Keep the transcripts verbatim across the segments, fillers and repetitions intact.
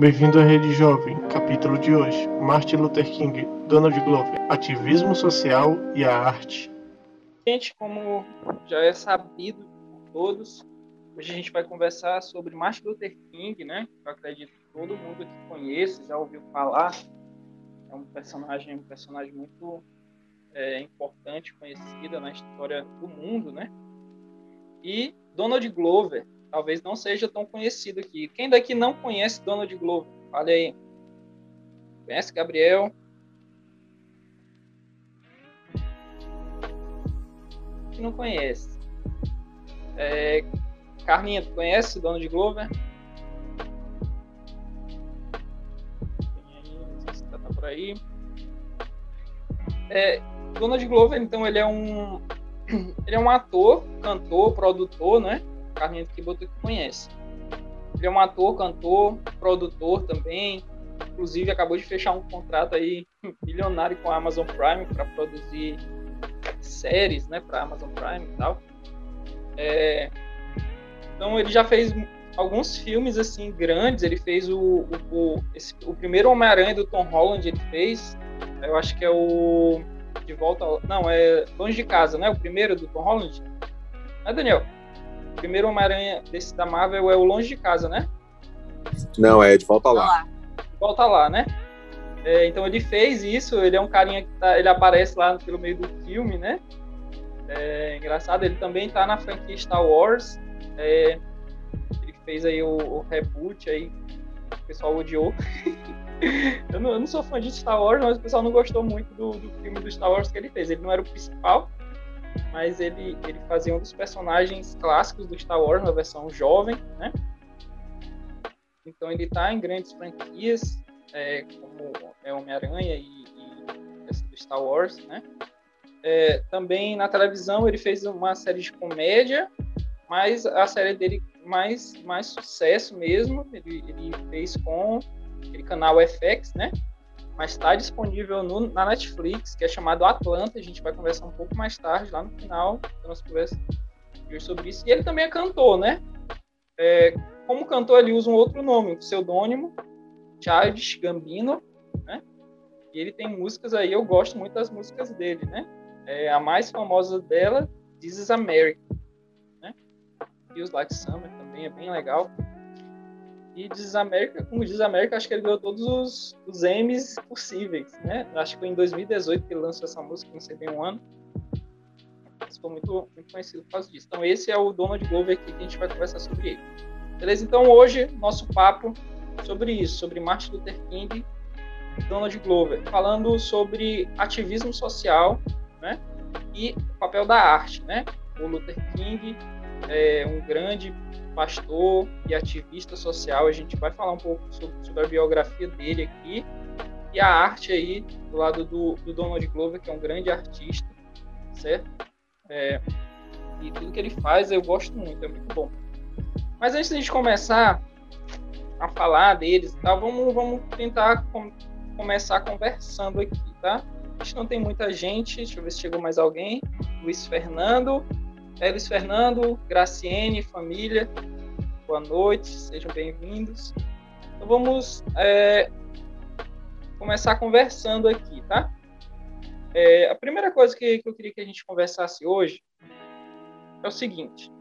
Bem-vindo à Rede Jovem, capítulo de hoje, Martin Luther King, Donald Glover, ativismo social e a arte. Gente, como já é sabido por todos, hoje a gente vai conversar sobre Martin Luther King, né? Eu acredito que todo mundo aqui conhece, já ouviu falar. É um personagem, um personagem muito é, importante, conhecido na história do mundo, né? E Donald Glover, talvez não seja tão conhecido aqui. Quem daqui não conhece Donald Glover? Olha aí. Conhece, Gabriel? Que não conhece. É, Carlinha, tu conhece Donald Glover? Não sei se tá por aí. É, Donald Glover, então, ele é um ele é um ator, cantor, produtor, né? Carlinha que botou que conhece. Ele é um ator, cantor, produtor também. Inclusive, acabou de fechar um contrato aí milionário com a Amazon Prime para produzir séries, né, para Amazon Prime e tal. É, então, ele já fez alguns filmes assim grandes. Ele fez o, o, o, esse, o primeiro Homem-Aranha do Tom Holland. Ele fez, eu acho que é o De Volta, não, é Longe de Casa, né? O primeiro do Tom Holland. Não é, Daniel? O primeiro Homem-Aranha desse da Marvel é o Longe de Casa, né? Não, é De Volta Lá. De Volta Lá, né? É, então ele fez isso. Ele é um carinha que tá, ele aparece lá pelo meio do filme, né? É engraçado. Ele também tá na franquia Star Wars. É, ele fez aí o, o reboot aí. O pessoal odiou. eu, não, eu não sou fã de Star Wars, mas o pessoal não gostou muito do, do filme do Star Wars que ele fez. Ele não era o principal, mas ele, ele fazia um dos personagens clássicos do Star Wars na versão jovem, né? Então ele tá em grandes franquias, é, como é Homem-Aranha e, e essa do Star Wars, né? É, também na televisão ele fez uma série de comédia, mas a série dele mais, mais sucesso mesmo, ele, ele fez com aquele canal F X, né? Mas está disponível no, na Netflix, que é chamado Atlanta. A gente vai conversar um pouco mais tarde, lá no final da nossa conversa sobre isso. E ele também é cantor, né? É, como cantor, ele usa um outro nome, um pseudônimo, Childish Gambino, né? E ele tem músicas aí, eu gosto muito das músicas dele, né? É, a mais famosa dela, This Is America, né? Feels Like Summer também é bem legal. E This Is America, como This Is America, acho que ele ganhou todos os, os Emmys possíveis, né? Acho que foi em dois mil e dezoito que ele lançou essa música, não sei bem um ano. Mas ficou muito, muito conhecido por causa disso. Então esse é o Donald Glover aqui que a gente vai conversar sobre ele. Beleza? Então hoje, nosso papo sobre isso, sobre Martin Luther King e Donald Glover, falando sobre ativismo social, né? E o papel da arte, né? O Luther King é um grande pastor e ativista social. A gente vai falar um pouco sobre, sobre a biografia dele aqui, e a arte aí do lado do, do Donald Glover, que é um grande artista, certo? É, e tudo que ele faz eu gosto muito, é muito bom. Mas antes de a gente começar a falar deles, tá? vamos, vamos tentar com, começar conversando aqui, tá? A gente não tem muita gente, deixa eu ver se chegou mais alguém. Luiz Fernando, é, Luiz Fernando, Graciene, família, boa noite, sejam bem-vindos. Então vamos é, começar conversando aqui, tá? É, a primeira coisa que, que eu queria que a gente conversasse hoje é o seguinte: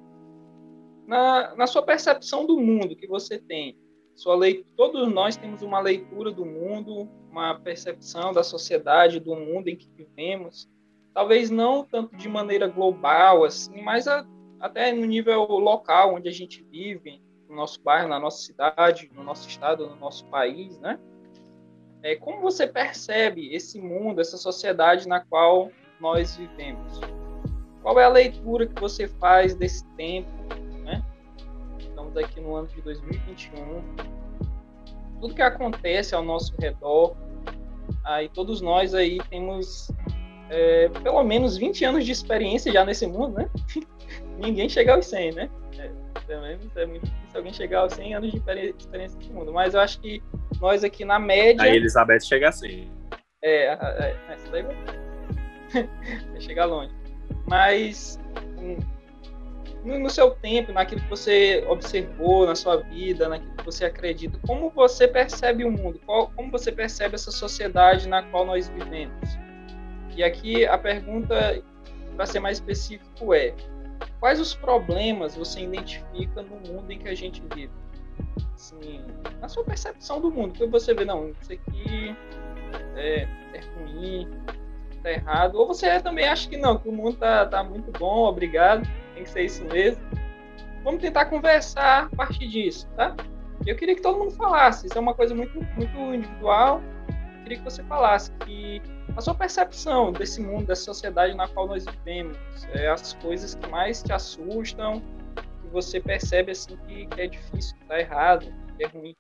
na, na sua percepção do mundo que você tem, sua lei, todos nós temos uma leitura do mundo, uma percepção da sociedade, do mundo em que vivemos. Talvez não tanto de maneira global, assim, mas a, até no nível local, onde a gente vive, no nosso bairro, na nossa cidade, no nosso estado, no nosso país, né? É, como você percebe esse mundo, essa sociedade na qual nós vivemos? Qual é a leitura que você faz desse tempo, né? Estamos aqui no ano de dois mil e vinte e um. Tudo que acontece ao nosso redor, aí todos nós aí temos É, pelo menos vinte anos de experiência já nesse mundo, né? Ninguém chega aos cem, né? É, pelo menos é muito difícil alguém chegar aos cem anos de experiência nesse mundo. Mas eu acho que nós aqui na média... A Elizabeth chega a cem. É, é, essa daí vai... vai chegar longe. Mas hum, no, no seu tempo, naquilo que você observou na sua vida, naquilo que você acredita, como você percebe o mundo? Qual, como você percebe essa sociedade na qual nós vivemos? E aqui a pergunta, para ser mais específico, é: quais os problemas você identifica no mundo em que a gente vive? Assim, na sua percepção do mundo, que você vê, não, isso aqui é, é ruim, tá errado, ou você também acha que não, que o mundo tá, tá muito bom, obrigado, tem que ser isso mesmo. Vamos tentar conversar a partir disso, tá? Eu queria que todo mundo falasse, isso é uma coisa muito, muito individual. Eu queria que você falasse que a sua percepção desse mundo, dessa sociedade na qual nós vivemos, é, as coisas que mais te assustam, que você percebe assim que, que é difícil, que tá errado, que é ruim.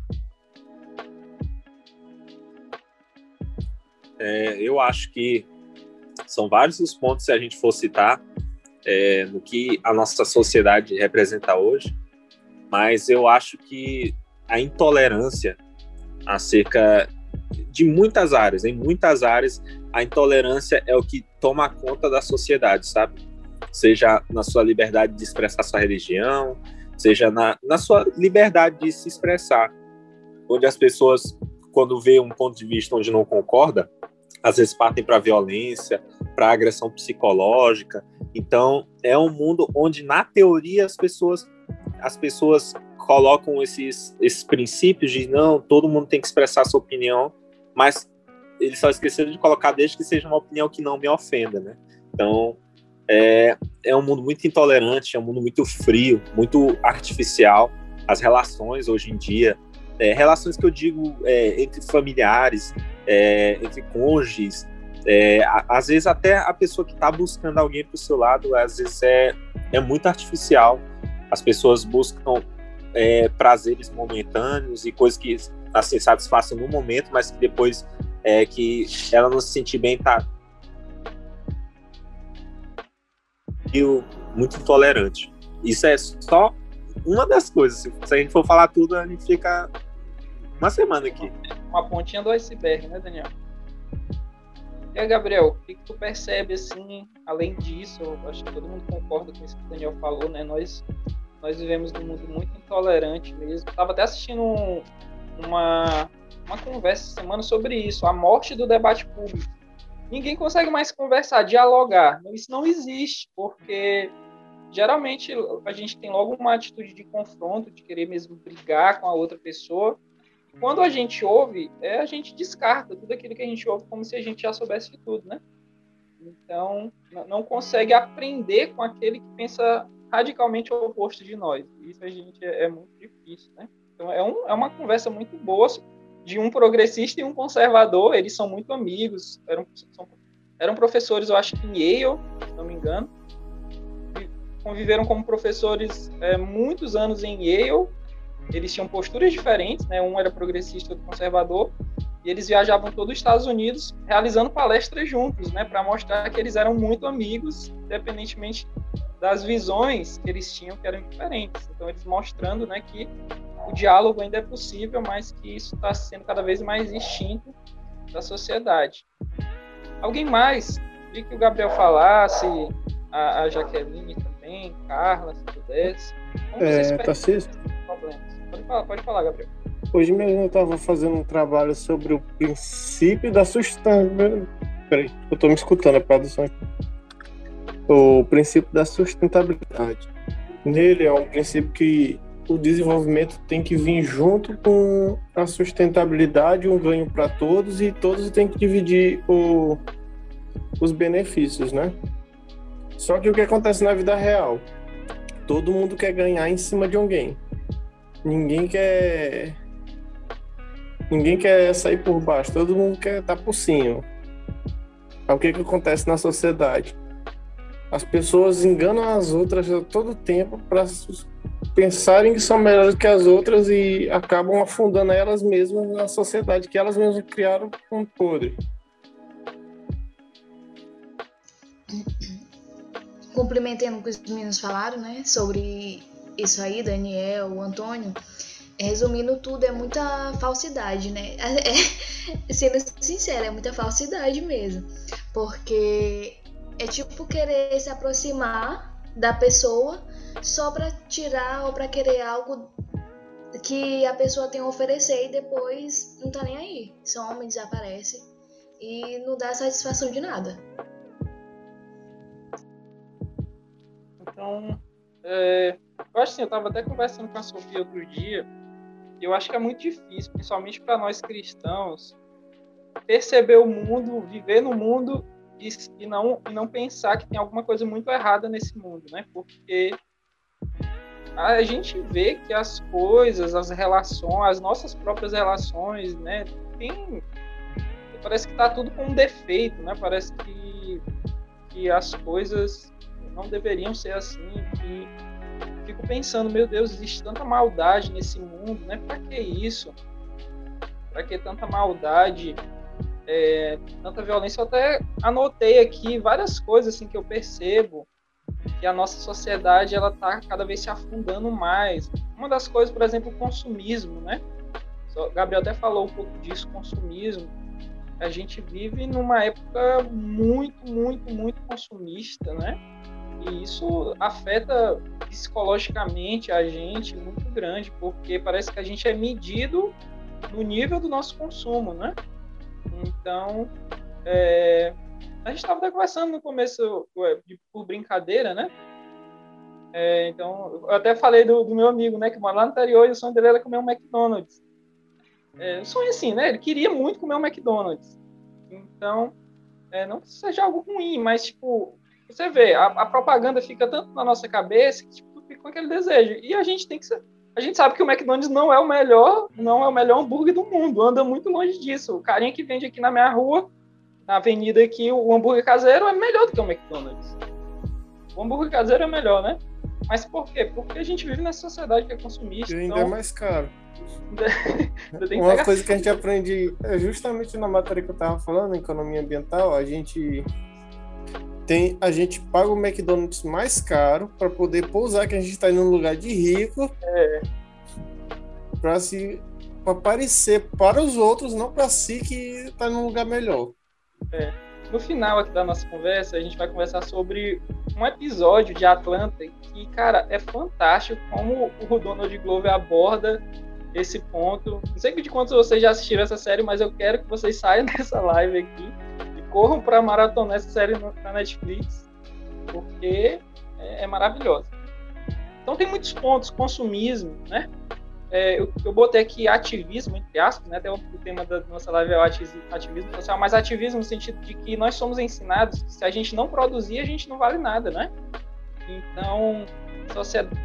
É, eu acho que são vários os pontos, se a gente for citar, é, no que a nossa sociedade representa hoje, mas eu acho que a intolerância acerca de muitas áreas, em muitas áreas, a intolerância é o que toma conta da sociedade, sabe? Seja na sua liberdade de expressar sua religião, seja na, na sua liberdade de se expressar, onde as pessoas, quando vê um ponto de vista onde não concorda, às vezes partem para a violência, para a agressão psicológica. Então, é um mundo onde, na teoria, as pessoas, as pessoas colocam esses, esses princípios de não, todo mundo tem que expressar sua opinião, mas eles só esqueceram de colocar desde que seja uma opinião que não me ofenda, né? Então, é, é um mundo muito intolerante, é um mundo muito frio, muito artificial. As relações, hoje em dia, é, relações que eu digo é, entre familiares, é, entre cônjuges, é, às vezes até a pessoa que está buscando alguém para o seu lado, às vezes é, é muito artificial. As pessoas buscam é, prazeres momentâneos e coisas que assim, satisfaçam no momento, mas que depois é, que ela não se sentir bem, tá muito intolerante. Isso é só uma das coisas. Se a gente for falar tudo, a gente fica uma semana aqui. Uma pontinha do iceberg, né, Daniel? E aí, Gabriel, o que, que tu percebe, assim, além disso? Eu acho que todo mundo concorda com isso que o Daniel falou, né? Nós, nós vivemos num mundo muito intolerante mesmo. Eu tava até assistindo um, uma, uma conversa essa semana sobre isso, a morte do debate público. Ninguém consegue mais conversar, dialogar. Isso não existe, porque geralmente a gente tem logo uma atitude de confronto, de querer mesmo brigar com a outra pessoa. Quando a gente ouve, é, a gente descarta tudo aquilo que a gente ouve como se a gente já soubesse de tudo, né? Então, não consegue aprender com aquele que pensa radicalmente o oposto de nós. Isso a gente é, é muito difícil, né? Então, é, um, é uma conversa muito boa de um progressista e um conservador. Eles são muito amigos, eram, são, eram professores, eu acho que em Yale, se não me engano. Conviveram como professores é, muitos anos em Yale. Eles tinham posturas diferentes, né? Um era progressista e outro conservador, e eles viajavam todo os Estados Unidos realizando palestras juntos, né? Para mostrar que eles eram muito amigos, independentemente das visões que eles tinham, que eram diferentes. Então, eles mostrando, né, que o diálogo ainda é possível, mas que isso está sendo cada vez mais extinto da sociedade. Alguém mais? Queria que o Gabriel falasse, a, a Jaqueline também, Carla, se pudesse. Como é, tá certo. Problemas? Pode falar, pode falar, Gabriel. Hoje mesmo eu estava fazendo um trabalho sobre o princípio da sustentabilidade. Peraí, eu estou me escutando, a produção aqui. O princípio da sustentabilidade. Nele é um princípio que o desenvolvimento tem que vir junto com a sustentabilidade, um ganho para todos, e todos têm que dividir o, os benefícios, né? Só que o que acontece na vida real? Todo mundo quer ganhar em cima de alguém. Ninguém quer... Ninguém quer sair por baixo. Todo mundo quer estar por cima. Aí o que que acontece na sociedade? As pessoas enganam as outras a todo tempo para pensarem que são melhores que as outras e acabam afundando elas mesmas na sociedade que elas mesmas criaram com podre. Complementando o que os meninos falaram, né, sobre isso aí, Daniel, o Antônio, resumindo tudo, é muita falsidade, né? É, sendo sincera, é muita falsidade mesmo. Porque é tipo querer se aproximar da pessoa só para tirar ou para querer algo que a pessoa tem a oferecer e depois não tá nem aí. Some, desaparece e não dá satisfação de nada. Então, é, eu acho assim, eu estava até conversando com a Sofia outro dia, e eu acho que é muito difícil, principalmente para nós cristãos, perceber o mundo, viver no mundo e, e, não, e não pensar que tem alguma coisa muito errada nesse mundo, né? Porque a gente vê que as coisas, as relações, as nossas próprias relações, né? Tem, parece que está tudo com um defeito, né? Parece que, que as coisas não deveriam ser assim, e fico pensando, meu Deus, existe tanta maldade nesse mundo, né? Para que isso? Para que tanta maldade, é, tanta violência? Eu até anotei aqui várias coisas assim que eu percebo que a nossa sociedade ela está cada vez se afundando mais. Uma das coisas, por exemplo, o consumismo, né? O Gabriel até falou um pouco disso, consumismo. A gente vive numa época muito, muito, muito consumista, né? E isso afeta psicologicamente a gente muito grande, porque parece que a gente é medido no nível do nosso consumo, né? Então, é, a gente estava até conversando no começo, de, por brincadeira, né? É, então, eu até falei do, do meu amigo, né, que mora lá no interior, e o sonho dele era comer um McDonald's. É, o sonho assim, né? Ele queria muito comer um McDonald's. Então, é, não que seja algo ruim, mas, tipo, você vê, a, a propaganda fica tanto na nossa cabeça que tipo, fica com aquele desejo. E a gente tem que ser, a gente sabe que o McDonald's não é o melhor, não é o melhor hambúrguer do mundo, anda muito longe disso. O carinha que vende aqui na minha rua, na avenida aqui, o hambúrguer caseiro é melhor do que o McDonald's. O hambúrguer caseiro é melhor, né? Mas por quê? Porque a gente vive nessa sociedade que é consumista. E ainda então... é mais caro. Uma pegar... coisa que a gente aprende é justamente na matéria que eu estava falando, em economia ambiental, a gente tem, a gente paga o McDonald's mais caro para poder pousar que a gente está em um lugar de rico, é. para se para parecer para os outros, não para si que está num lugar melhor. É. No final aqui da nossa conversa, a gente vai conversar sobre um episódio de Atlanta que, cara, é fantástico como o Donald Glover aborda esse ponto. Não sei de quantos vocês já assistiram essa série, mas eu quero que vocês saiam dessa live aqui e corram para maratonar essa série na Netflix, porque é, é maravilhosa. Então tem muitos pontos, consumismo, né? É, eu, eu botei aqui ativismo, entre aspas, né? Até o, o tema da nossa live é o ativismo social, mas ativismo no sentido de que nós somos ensinados que se a gente não produzir, a gente não vale nada, né? Então, sociedade,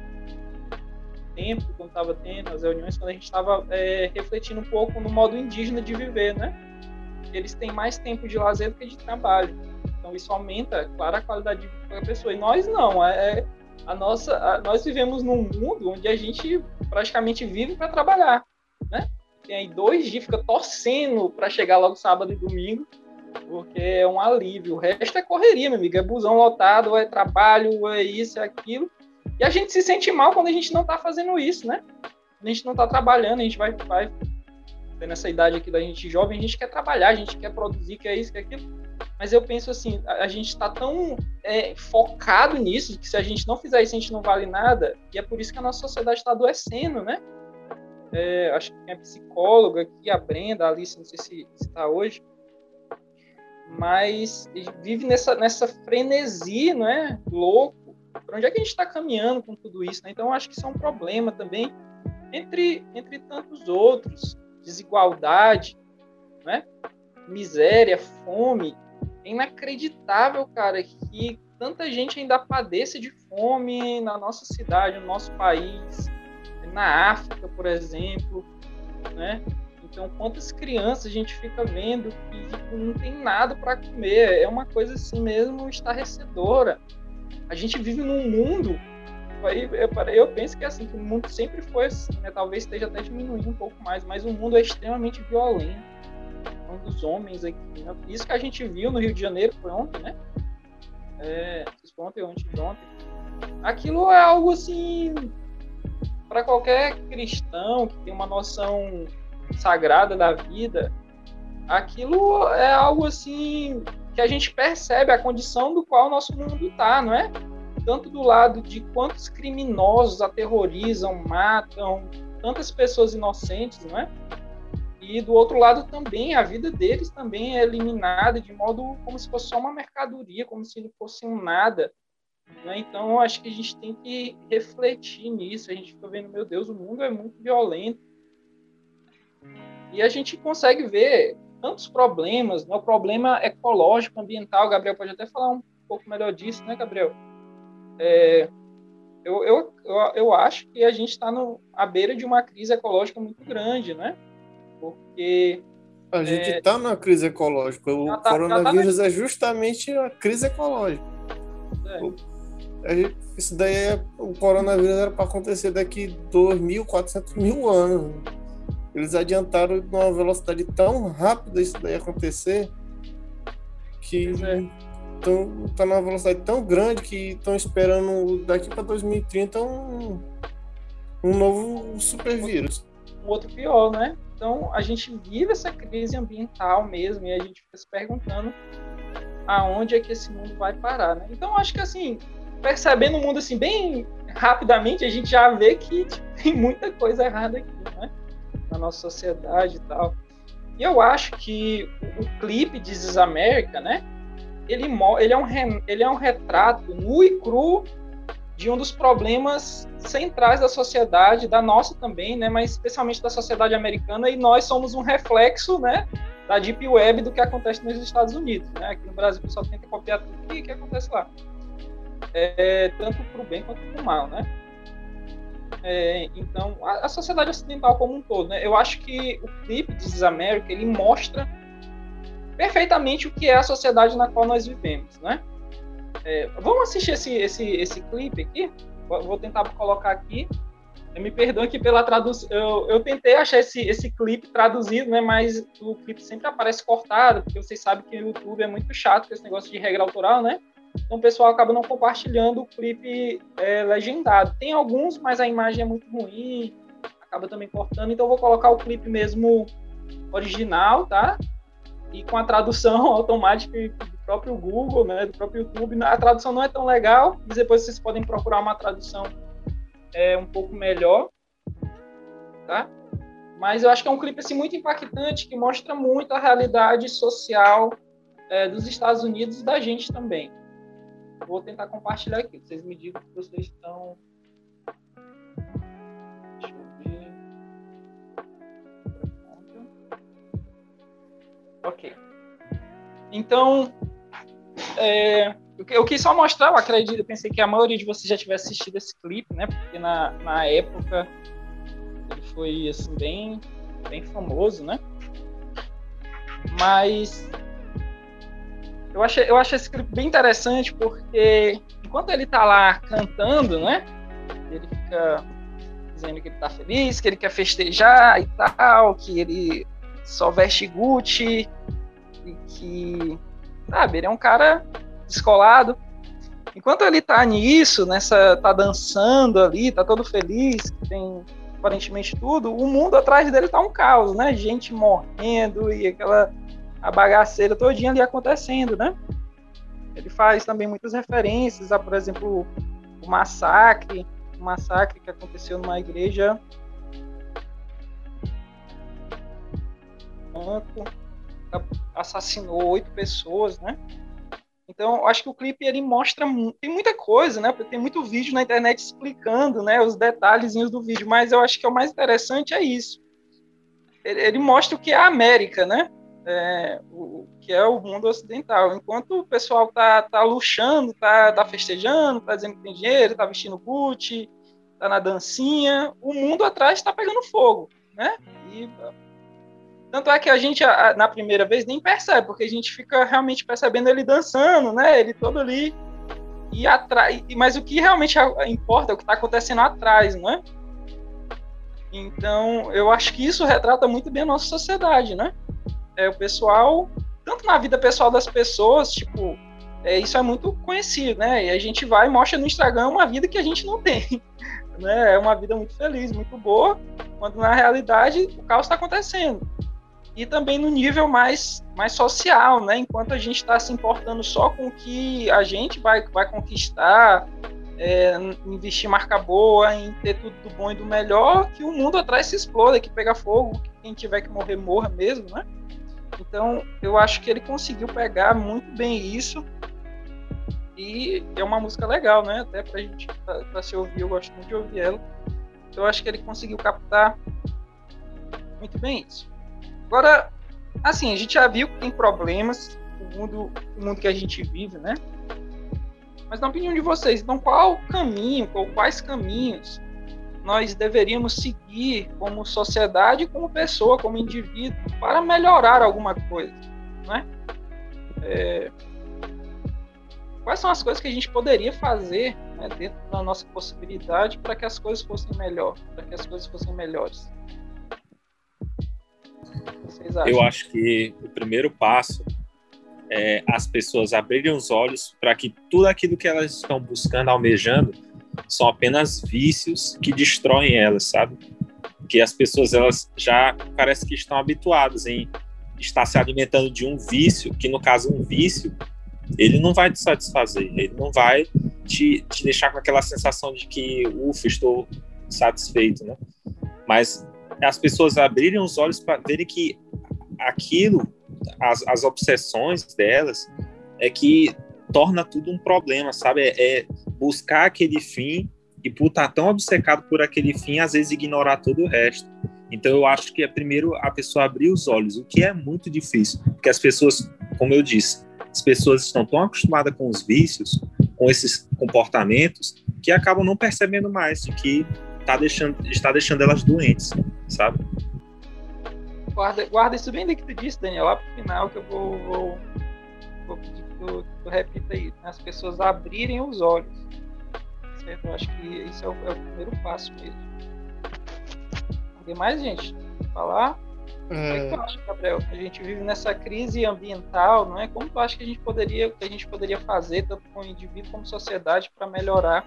tempo, quando estava tendo as reuniões, quando a gente estava é, refletindo um pouco no modo indígena de viver, né? Eles têm mais tempo de lazer do que de trabalho. Então, isso aumenta, claro, a qualidade de vida da pessoa. E nós não, é... A nossa, a, nós vivemos num mundo onde a gente praticamente vive para trabalhar, né? Tem aí dois dias, fica torcendo para chegar logo sábado e domingo, porque é um alívio. O resto é correria, meu amigo, é busão lotado, é trabalho, é isso, é aquilo. E a gente se sente mal quando a gente não está fazendo isso, né? A gente não está trabalhando, a gente vai, vai nessa idade aqui da gente jovem, a gente quer trabalhar, a gente quer produzir, quer isso, quer aquilo. Mas eu penso assim, a, a gente está tão é, focado nisso, que se a gente não fizer isso, a gente não vale nada, e é por isso que a nossa sociedade está adoecendo, né? É, acho que tem a psicóloga aqui, a Brenda, a Alice, não sei se está hoje, mas vive nessa, nessa frenesi, não é? Louco. Para onde é que a gente está caminhando com tudo isso, né? Então, eu acho que isso é um problema também, entre, entre tantos outros. Desigualdade, né? Miséria, fome. É inacreditável, cara, que tanta gente ainda padeça de fome na nossa cidade, no nosso país, na África, por exemplo, né? Então, quantas crianças a gente fica vendo que tipo, não tem nada para comer, é uma coisa assim mesmo estarrecedora. A gente vive num mundo, eu penso que é assim, que o mundo sempre foi assim, né? Talvez esteja até diminuindo um pouco mais, mas o mundo é extremamente violento. Um dos homens aqui, né? Isso que a gente viu no Rio de Janeiro foi ontem, né? É, ontem ou antes de ontem. Aquilo é algo assim, para qualquer cristão que tem uma noção sagrada da vida, aquilo é algo assim que a gente percebe a condição do qual o nosso mundo está, não é? tanto do lado de quantos criminosos aterrorizam, matam tantas pessoas inocentes, não é? E do outro lado também, a vida deles também é eliminada de modo como se fosse só uma mercadoria, como se não fosse um nada. Né? Então, eu acho que a gente tem que refletir nisso. A gente fica vendo, meu Deus, o mundo é muito violento. E a gente consegue ver tantos problemas, né? O problema ecológico, ambiental. O Gabriel pode até falar um pouco melhor disso, né, Gabriel? É, eu, eu, eu, eu acho que a gente está à beira de uma crise ecológica muito grande, né? Porque a gente está é, numa crise ecológica. O tá, coronavírus tá na... é justamente a crise ecológica. É. O, a gente, isso daí é, o coronavírus era para acontecer daqui dois mil, quatrocentos mil anos. Eles adiantaram numa velocidade tão rápida isso daí acontecer que estão é. tá numa velocidade tão grande que estão esperando daqui para dois mil e trinta um, um novo supervírus. Um outro pior, né? Então, a gente vive essa crise ambiental mesmo e a gente fica se perguntando aonde é que esse mundo vai parar, né? Então, acho que, assim, percebendo o mundo, assim, bem rapidamente, a gente já vê que tipo, tem muita coisa errada aqui, né? Na nossa sociedade e tal. E eu acho que o, o clipe de This Is America, né? Ele, ele, é um re, ele é um retrato nu e cru de um dos problemas centrais da sociedade, da nossa também, né, mas especialmente da sociedade americana, e nós somos um reflexo, né, da Deep Web do que acontece nos Estados Unidos. Né? Aqui no Brasil o pessoal tenta copiar tudo o que acontece lá. É, tanto para o bem quanto para o mal. Né? É, então, a, a sociedade ocidental como um todo. Né? Eu acho que o clipe de This Is America, ele mostra perfeitamente o que é a sociedade na qual nós vivemos, né? É, vamos assistir esse, esse, esse clipe aqui. Vou tentar colocar aqui. Me perdoe aqui pela tradução. Eu, eu tentei achar esse, esse clipe traduzido, né? Mas o clipe sempre aparece cortado, porque vocês sabem que o YouTube é muito chato com esse negócio de regra autoral, né? Então o pessoal acaba não compartilhando o clipe é, legendado. Tem alguns, mas a imagem é muito ruim, acaba também cortando. Então eu vou colocar o clipe mesmo original, tá? E com a tradução automática do próprio Google, né, do próprio YouTube. A tradução não é tão legal, mas depois vocês podem procurar uma tradução é, um pouco melhor, tá? Mas eu acho que é um clipe assim, muito impactante, que mostra muito a realidade social é, dos Estados Unidos e da gente também. Vou tentar compartilhar aqui, vocês me digam que vocês estão... Deixa eu ver... Ok. Então, é, eu quis só mostrar, eu acredito, eu pensei que a maioria de vocês já tivesse assistido esse clipe, né? Porque na, na época ele foi assim, bem, bem famoso, né? Mas eu achei, eu achei esse clipe bem interessante porque enquanto ele tá lá cantando, né? Ele fica dizendo que ele tá feliz, que ele quer festejar e tal, que ele só veste Gucci e que, sabe, ele é um cara descolado. Enquanto ele tá nisso, nessa, tá dançando ali, tá todo feliz, tem aparentemente tudo, o mundo atrás dele tá um caos, né? Gente morrendo e aquela a bagaceira todinha ali acontecendo, né? Ele faz também muitas referências a, por exemplo, o massacre, o massacre que aconteceu numa igreja assassinou oito pessoas, né? Então, eu acho que o clipe ele mostra tem muita coisa, né? Tem muito vídeo na internet explicando, né, os detalhezinhos do vídeo, mas eu acho que o mais interessante é isso. Ele, ele mostra o que é a América, né? É, o, o que é o mundo ocidental. Enquanto o pessoal tá, tá luxando, tá, tá festejando, tá dizendo que tem dinheiro, tá vestindo Gucci, tá na dancinha, o mundo atrás tá pegando fogo, né? E tanto é que a gente, na primeira vez, nem percebe, porque a gente fica realmente percebendo ele dançando, né? Ele todo ali. E atrás, mas o que realmente importa é o que está acontecendo atrás, né? Então, eu acho que isso retrata muito bem a nossa sociedade, né? É, o pessoal, tanto na vida pessoal das pessoas, tipo, é, isso é muito conhecido, né? E a gente vai e mostra no Instagram uma vida que a gente não tem, né? É uma vida muito feliz, muito boa, quando na realidade o caos está acontecendo. E também no nível mais, mais social, né? Enquanto a gente está se importando só com o que a gente vai, vai conquistar, é, investir marca boa, em ter tudo do bom e do melhor, que o mundo atrás se exploda, que pega fogo, que quem tiver que morrer, morra mesmo, né? Então, eu acho que ele conseguiu pegar muito bem isso, e é uma música legal, né? Até pra gente, pra, pra se ouvir, eu gosto muito de ouvir ela. Então, eu acho que ele conseguiu captar muito bem isso. Agora, assim, a gente já viu que tem problemas, o mundo, o mundo que a gente vive, né? Mas na opinião de vocês, então qual caminho, ou quais caminhos nós deveríamos seguir como sociedade, como pessoa, como indivíduo, para melhorar alguma coisa, né? É... Quais são as coisas que a gente poderia fazer, né, dentro da nossa possibilidade para que as coisas fossem melhor, para que as coisas fossem melhores? Vocês acham? Eu acho que o primeiro passo é as pessoas abrirem os olhos para que tudo aquilo que elas estão buscando, almejando, são apenas vícios que destroem elas, sabe? Que as pessoas, elas já parece que estão habituadas em estar se alimentando de um vício, que no caso um vício, ele não vai te satisfazer, ele não vai te, te deixar com aquela sensação de que, ufa, estou satisfeito, né? Mas as pessoas abrirem os olhos para verem que aquilo, as, as obsessões delas, é que torna tudo um problema, sabe? É, é buscar aquele fim e, por estar tão obcecado por aquele fim, às vezes ignorar todo o resto. Então, eu acho que é primeiro a pessoa abrir os olhos, o que é muito difícil, porque as pessoas, como eu disse, as pessoas estão tão acostumadas com os vícios, com esses comportamentos, que acabam não percebendo mais de que tá deixando, está deixando elas doentes, sabe? Guarda, guarda isso bem do que tu disse, Daniel, lá pro final, que eu vou, vou, vou pedir que tu, que tu repita aí, né? As pessoas abrirem os olhos, certo? Eu acho que isso é o, é o primeiro passo mesmo. Tem mais, gente? Falar? É... O que, que tu acha, Gabriel? A gente vive nessa crise ambiental, não é? Como tu acha que a gente poderia, que a gente poderia fazer, tanto como indivíduo como sociedade, para melhorar?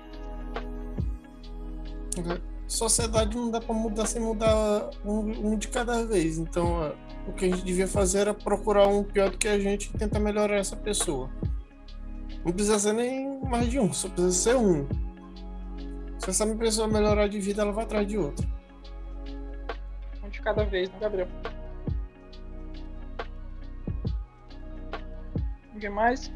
Sociedade não dá para mudar sem mudar um, um de cada vez. Então, uh, o que a gente devia fazer era procurar um pior do que a gente e tentar melhorar essa pessoa. Não precisa ser nem mais de um, só precisa ser um. Se essa pessoa melhorar de vida, ela vai atrás de outra. Um de cada vez, né, Gabriel? Ninguém mais?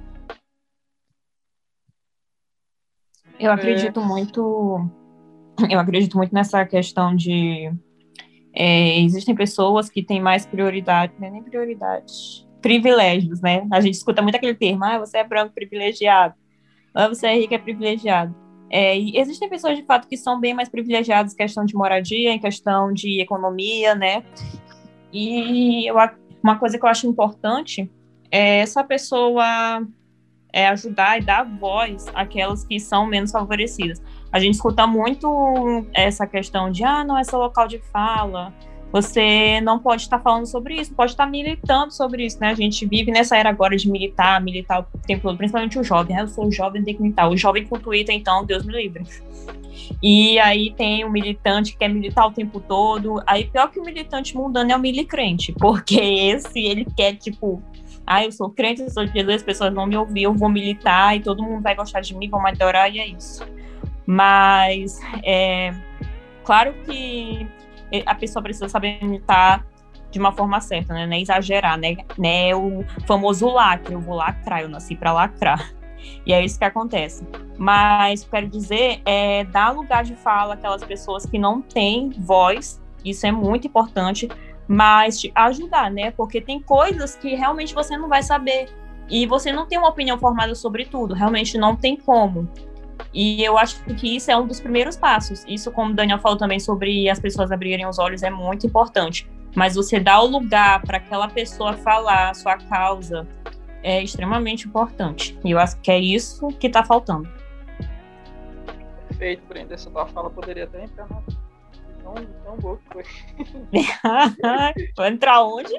Eu acredito é... muito... Eu acredito muito nessa questão de... É, existem pessoas que têm mais prioridade, não é nem prioridade, privilégios, né? A gente escuta muito aquele termo, ah, você é branco privilegiado, ah, você é rico é privilegiado. É, e existem pessoas, de fato, que são bem mais privilegiadas em questão de moradia, em questão de economia, né? E eu, uma coisa que eu acho importante é essa pessoa é, ajudar e dar voz àquelas que são menos favorecidas. A gente escuta muito essa questão de, ah, não é seu local de fala, você não pode estar falando sobre isso, pode estar militando sobre isso, né? A gente vive nessa era agora de militar, militar o tempo todo, principalmente o jovem, né? Eu sou jovem, tenho que militar. O jovem com Twitter, então, Deus me livre. E aí tem o militante que quer militar o tempo todo. Aí pior que o militante mundano é o milicrente, porque esse, ele quer, tipo, ah, eu sou crente, eu sou de Jesus, as pessoas vão me ouvir, eu vou militar e todo mundo vai gostar de mim, vão me adorar e é isso. Mas, é, claro que a pessoa precisa saber militar de uma forma certa, né? Não é exagerar, né? né? O famoso lacre, eu vou lacrar, eu nasci para lacrar. E é isso que acontece. Mas, quero dizer, é dar lugar de fala àquelas pessoas que não têm voz, isso é muito importante, mas te ajudar, né? Porque tem coisas que realmente você não vai saber. E você não tem uma opinião formada sobre tudo, realmente não tem como. E eu acho que isso é um dos primeiros passos. Isso, como o Daniel falou também sobre as pessoas abrirem os olhos, é muito importante. Mas você dar o lugar para aquela pessoa falar a sua causa é extremamente importante. E eu acho que é isso que está faltando. Perfeito, Brenda. Essa tua fala poderia até entrar na... Tão, tão boa que foi. Vai entrar onde?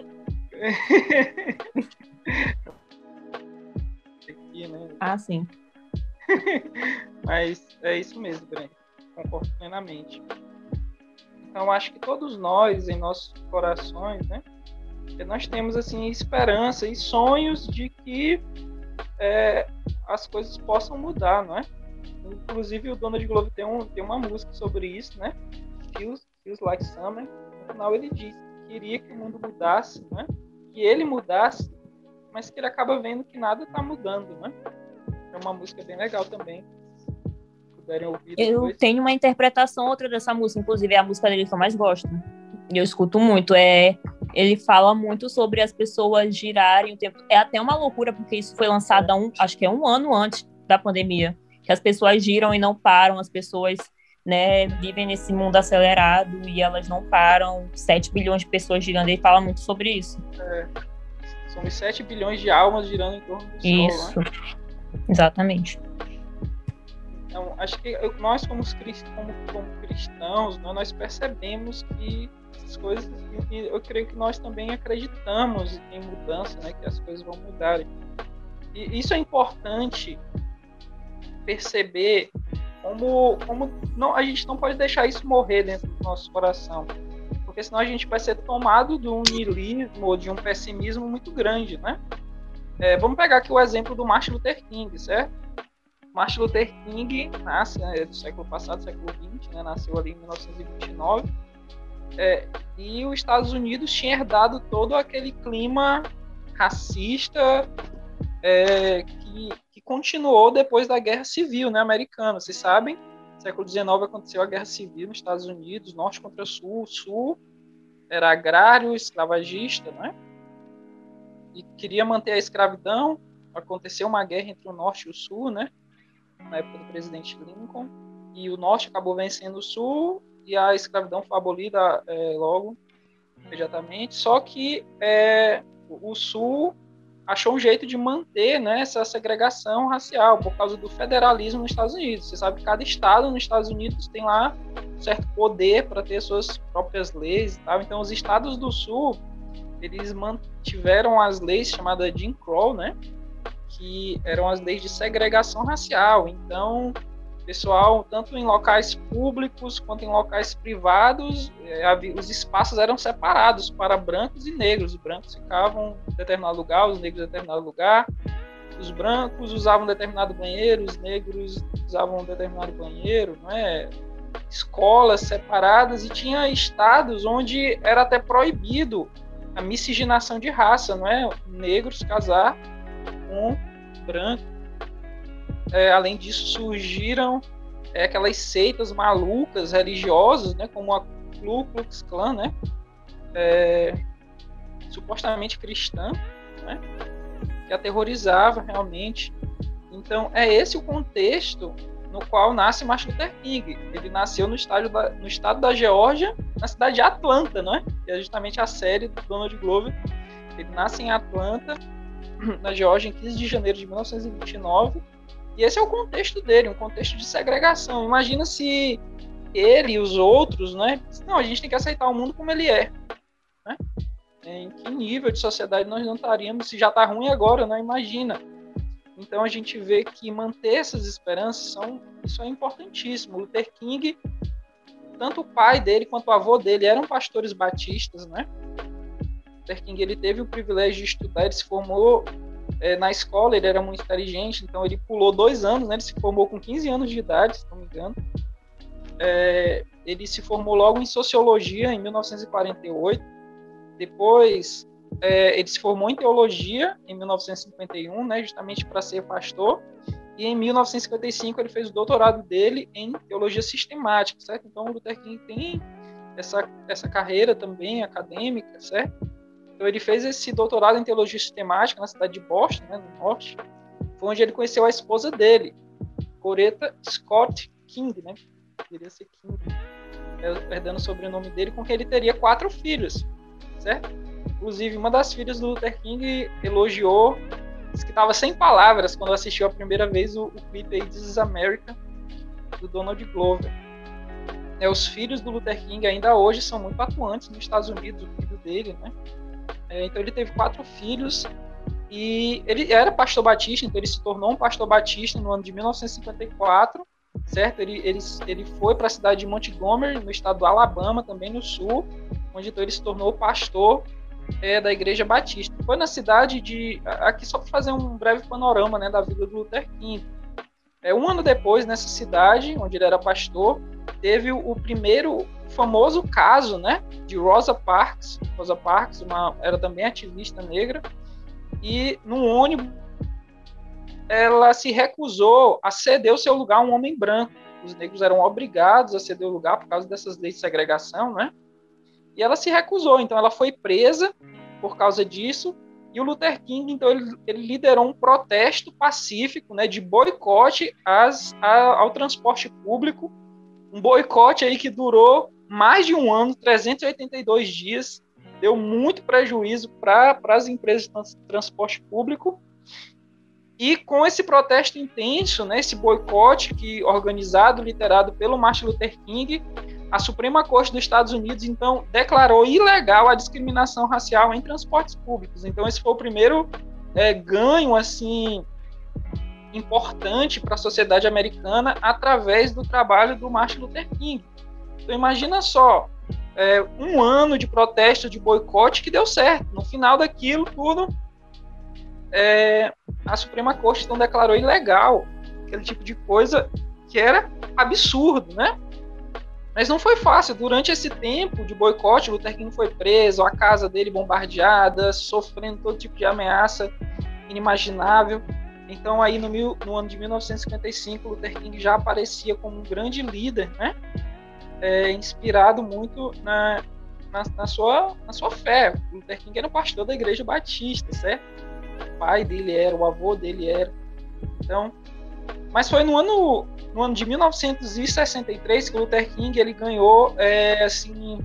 Aqui, né? Ah, sim. Mas é isso mesmo, Breno. Concordo plenamente. Então, acho que todos nós, em nossos corações, né, nós temos assim esperança e sonhos de que é, as coisas possam mudar, não é? Inclusive o Donald Glover tem, um, tem uma música sobre isso, né? Feels, Feels Like Summer. No final ele diz que queria que o mundo mudasse, né? Que ele mudasse, mas que ele acaba vendo que nada está mudando, né? É uma música bem legal também. Se puderem ouvir Eu depois. tenho uma interpretação outra dessa música, inclusive é a música dele que eu mais gosto. E eu escuto muito. É, ele fala muito sobre as pessoas girarem o tempo. É até uma loucura, porque isso foi lançado há um, acho que é um ano antes da pandemia. Que as pessoas giram e não param, as pessoas, né, vivem nesse mundo acelerado e elas não param. sete bilhões de pessoas girando. Ele fala muito sobre isso. É, são os sete bilhões de almas girando em torno do Isso. Sol, né? Exatamente. Então, acho que nós, como, como, como cristãos, né, nós percebemos que essas coisas, e eu creio que nós também acreditamos em mudança, né, que as coisas vão mudar. E isso é importante perceber como, como não, a gente não pode deixar isso morrer dentro do nosso coração, porque senão a gente vai ser tomado de um niilismo ou de um pessimismo muito grande, né? É, vamos pegar aqui o exemplo do Martin Luther King, certo? Martin Luther King nasce, né, do século passado, século vinte, né, nasceu ali em mil novecentos e vinte e nove, é, e os Estados Unidos tinha herdado todo aquele clima racista é, que, que continuou depois da Guerra Civil, né, americana. Vocês sabem, no século dezenove aconteceu a Guerra Civil nos Estados Unidos, norte contra sul, o sul era agrário, escravagista, né, e queria manter a escravidão. Aconteceu uma guerra entre o norte e o sul, né, na época do presidente Lincoln, e o norte acabou vencendo o sul, e a escravidão foi abolida é, logo, imediatamente. Só que é, o sul achou um jeito de manter, né, essa segregação racial, por causa do federalismo nos Estados Unidos. Você sabe que cada estado nos Estados Unidos tem lá um certo poder para ter suas próprias leis e tal. Então, os estados do sul, eles mantiveram as leis chamadas Jim Crow, né, que eram as leis de segregação racial. Então, pessoal, tanto em locais públicos quanto em locais privados, os espaços eram separados para brancos e negros. Os brancos ficavam em determinado lugar, os negros em determinado lugar. Os brancos usavam determinado banheiro, os negros usavam determinado banheiro, não é? Escolas separadas, e tinha estados onde era até proibido a miscigenação de raça, não é? Negros casar com branco. É, além disso, surgiram é, aquelas seitas malucas religiosas, né, como a Ku Klux Klan, né, é, supostamente cristã, né, que aterrorizava realmente. Então, é esse o contexto no qual nasce Martin Luther King. Ele nasceu no, estádio da, no estado da Geórgia, na cidade de Atlanta, né, que é justamente a série do Donald Glover. Ele nasce em Atlanta, na Geórgia, em quinze de janeiro de mil novecentos e vinte e nove, e esse é o contexto dele, um contexto de segregação. Imagina se ele e os outros, né? Não, a gente tem que aceitar o mundo como ele é, né? Em que nível de sociedade nós não estaríamos, se já está ruim agora, né? Imagina. Então a gente vê que manter essas esperanças, são, isso é importantíssimo. Luther King, tanto o pai dele quanto o avô dele eram pastores batistas, né? Luther King, ele teve o privilégio de estudar, ele se formou é, na escola, ele era muito inteligente, então ele pulou dois anos, né, ele se formou com quinze anos de idade, se não me engano. É, ele se formou logo em Sociologia, em mil novecentos e quarenta e oito. Depois, é, ele se formou em Teologia, em mil novecentos e cinquenta e um, né, justamente para ser pastor. E em mil novecentos e cinquenta e cinco, ele fez o doutorado dele em Teologia Sistemática, certo? Então, o Luther King tem essa, essa carreira também acadêmica, certo? Então, ele fez esse doutorado em Teologia Sistemática na cidade de Boston, né, no norte. Foi onde ele conheceu a esposa dele, Coretta Scott King, né? Queria ser King, perdendo o sobrenome dele, com quem ele teria quatro filhos, certo? Inclusive, uma das filhas do Luther King elogiou, disse que estava sem palavras quando assistiu a primeira vez o, o clipe aí, This is America, do Donald Glover. É, os filhos do Luther King ainda hoje são muito atuantes nos Estados Unidos, o filho dele, né? É, então ele teve quatro filhos e ele era pastor batista, então ele se tornou um pastor batista no ano de mil novecentos e cinquenta e quatro, certo? Ele, ele, ele foi para a cidade de Montgomery, no estado do Alabama, também no sul, onde então ele se tornou pastor é, da Igreja Batista. Foi na cidade de... Aqui só para fazer um breve panorama, né, da vida do Luther King. É, um ano depois, nessa cidade, onde ele era pastor, teve o, o primeiro famoso caso, né, de Rosa Parks. Rosa Parks uma, era também ativista negra, e num ônibus ela se recusou a ceder o seu lugar a um homem branco. Os negros eram obrigados a ceder o lugar por causa dessas leis de segregação, né? E ela se recusou, então ela foi presa por causa disso, e o Luther King, então, ele, ele liderou um protesto pacífico, né, de boicote às, a, ao transporte público, um boicote aí que durou mais de um ano, trezentos e oitenta e dois dias, deu muito prejuízo para as empresas de trans, transporte público. E com esse protesto intenso, né, esse boicote que organizado, liderado pelo Martin Luther King, a Suprema Corte dos Estados Unidos, então, declarou ilegal a discriminação racial em transportes públicos. Então, esse foi o primeiro é, ganho, assim, importante para a sociedade americana através do trabalho do Martin Luther King. Então, imagina só, é, um ano de protesto, de boicote que deu certo. No final daquilo tudo, é, a Suprema Corte, então, declarou ilegal aquele tipo de coisa que era absurdo, né? Mas não foi fácil. Durante esse tempo de boicote, Luther King foi preso, a casa dele bombardeada, sofrendo todo tipo de ameaça inimaginável. Então, aí no, mil, no ano de mil novecentos e cinquenta e cinco, Luther King já aparecia como um grande líder, né? É, inspirado muito na, na, na, sua, na sua fé. Luther King era um pastor da Igreja Batista, certo? O pai dele era, o avô dele era. Então, mas foi no ano, no ano de mil novecentos e sessenta e três que o Luther King ele ganhou é, assim,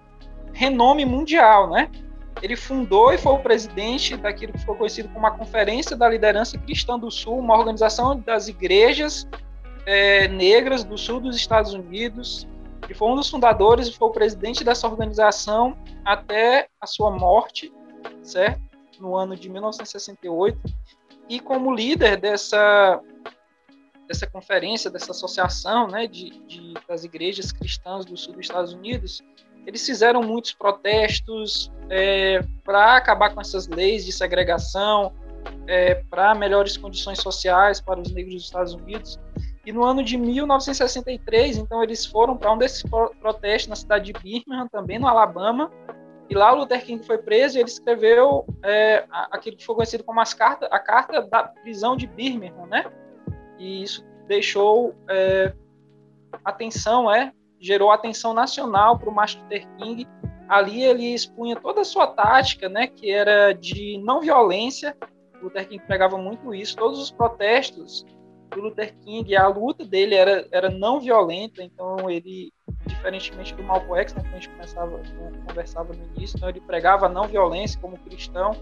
renome mundial, né? Ele fundou e foi o presidente daquilo que ficou conhecido como a Conferência da Liderança Cristã do Sul, uma organização das igrejas é, negras do sul dos Estados Unidos. Ele foi um dos fundadores e foi o presidente dessa organização até a sua morte, certo? No ano de mil novecentos e sessenta e oito. E como líder dessa... dessa conferência, dessa associação, né, de, de, das igrejas cristãs do sul dos Estados Unidos, eles fizeram muitos protestos é, para acabar com essas leis de segregação, é, para melhores condições sociais para os negros dos Estados Unidos. E no ano de mil novecentos e sessenta e três, então, eles foram para um desses protestos na cidade de Birmingham, também no Alabama, e lá o Luther King foi preso e ele escreveu é, aquilo que foi conhecido como as carta, a Carta da Prisão de Birmingham, né? E isso deixou é, atenção, é, gerou atenção nacional para o Martin Luther King. Ali ele expunha toda a sua tática, né, que era de não violência. O Luther King pregava muito isso. Todos os protestos do Luther King, a luta dele era, era não violenta. Então ele, diferentemente do Malcolm X, né, que a gente começava, conversava no início, então ele pregava a não violência como cristão.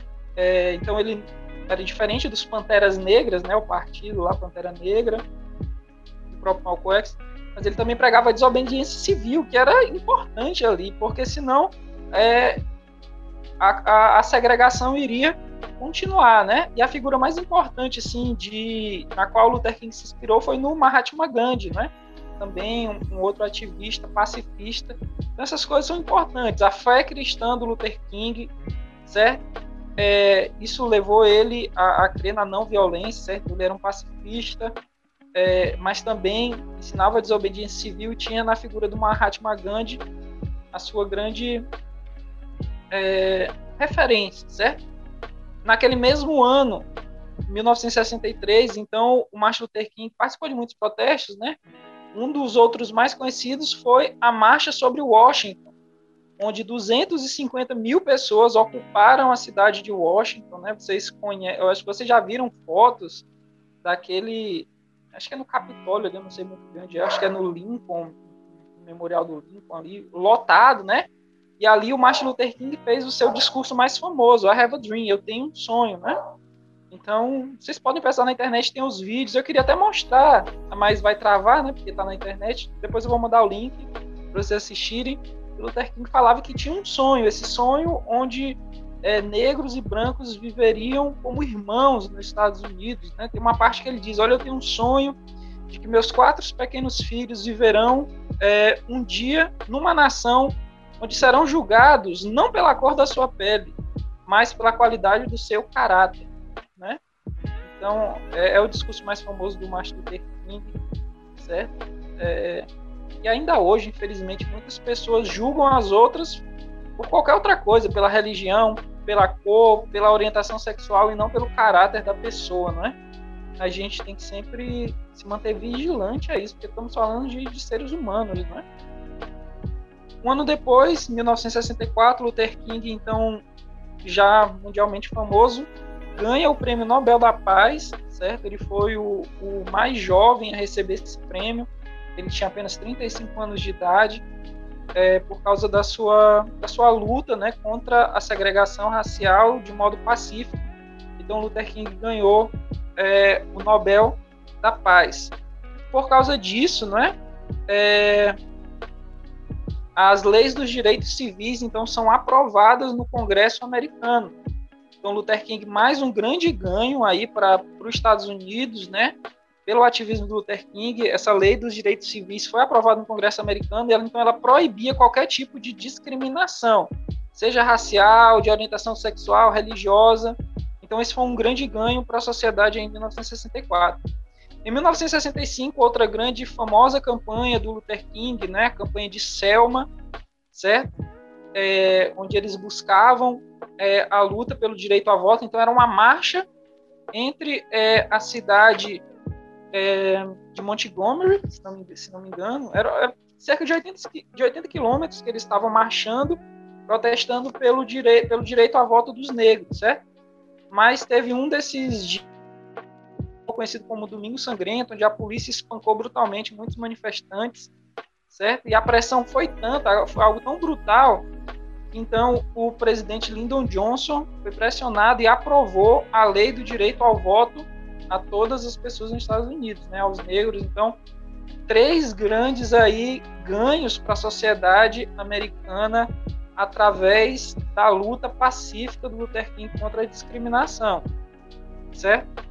É, então ele era diferente dos Panteras Negras, né, o partido lá, Pantera Negra, do próprio Malcolm X, mas ele também pregava a desobediência civil, que era importante ali, porque senão é, a, a, a segregação iria continuar, né? E a figura mais importante, assim, de, na qual Luther King se inspirou foi no Mahatma Gandhi, né? Também um, um outro ativista pacifista. Então, essas coisas são importantes. A fé cristã do Luther King, certo? É, isso levou ele a, a crer na não violência, certo? Ele era um pacifista, é, mas também ensinava a desobediência civil e tinha na figura do Mahatma Gandhi a sua grande é, referência, certo? Naquele mesmo ano, mil novecentos e sessenta e três, então, o Martin Luther King participou de muitos protestos, né? Um dos outros mais conhecidos foi a Marcha sobre Washington, onde duzentas e cinquenta mil pessoas ocuparam a cidade de Washington, né? Vocês conhecem, eu acho que vocês já viram fotos daquele, acho que é no Capitólio, eu não sei muito grande, acho que é no Lincoln, no Memorial do Lincoln ali, lotado, né? E ali o Martin Luther King fez o seu discurso mais famoso, I Have a Dream, eu tenho um sonho, né? Então, vocês podem pensar na internet, tem os vídeos, eu queria até mostrar, mas vai travar, né? Porque tá na internet, depois eu vou mandar o link para vocês assistirem. O Luther King falava que tinha um sonho, esse sonho onde é, negros e brancos viveriam como irmãos nos Estados Unidos, né? Tem uma parte que ele diz, olha, eu tenho um sonho de que meus quatro pequenos filhos viverão é, um dia numa nação onde serão julgados não pela cor da sua pele, mas pela qualidade do seu caráter, né? Então, é, é o discurso mais famoso do Martin Luther King, certo? É, e ainda hoje, infelizmente, muitas pessoas julgam as outras por qualquer outra coisa, pela religião, pela cor, pela orientação sexual e não pelo caráter da pessoa, não é? A gente tem que sempre se manter vigilante a isso, porque estamos falando de, de seres humanos, não é? Um ano depois, em mil novecentos e sessenta e quatro, Luther King, então, já mundialmente famoso, ganha o Prêmio Nobel da Paz, certo? Ele foi o, o mais jovem a receber esse prêmio. Ele tinha apenas trinta e cinco anos de idade, é, por causa da sua, da sua luta, né, contra a segregação racial de modo pacífico. Então, Luther King ganhou é, o Nobel da Paz. Por causa disso, né, é, as leis dos direitos civis, então, são aprovadas no Congresso americano. Então, Luther King, mais um grande ganho aí para os Estados Unidos, né? Pelo ativismo do Luther King, essa lei dos direitos civis foi aprovada no Congresso americano e ela, então, ela proibia qualquer tipo de discriminação, seja racial, de orientação sexual, religiosa. Então, esse foi um grande ganho para a sociedade em mil novecentos e sessenta e quatro. Em mil novecentos e sessenta e cinco, outra grande e famosa campanha do Luther King, né, a campanha de Selma, certo? É, onde eles buscavam é, a luta pelo direito à voto. Então, era uma marcha entre é, a cidade é, de Montgomery, se não me, se não me engano, era, era cerca de oitenta, de oitenta quilômetros que eles estavam marchando, protestando pelo, direi, pelo direito à voto dos negros, certo? Mas teve um desses dias, conhecido como Domingo Sangrento, onde a polícia espancou brutalmente muitos manifestantes, certo? E a pressão foi tanta, foi algo tão brutal, então o presidente Lyndon Johnson foi pressionado e aprovou a lei do direito ao voto a todas as pessoas nos Estados Unidos, né, aos negros. Então, três grandes aí ganhos para a sociedade americana através da luta pacífica do Luther King contra a discriminação, certo?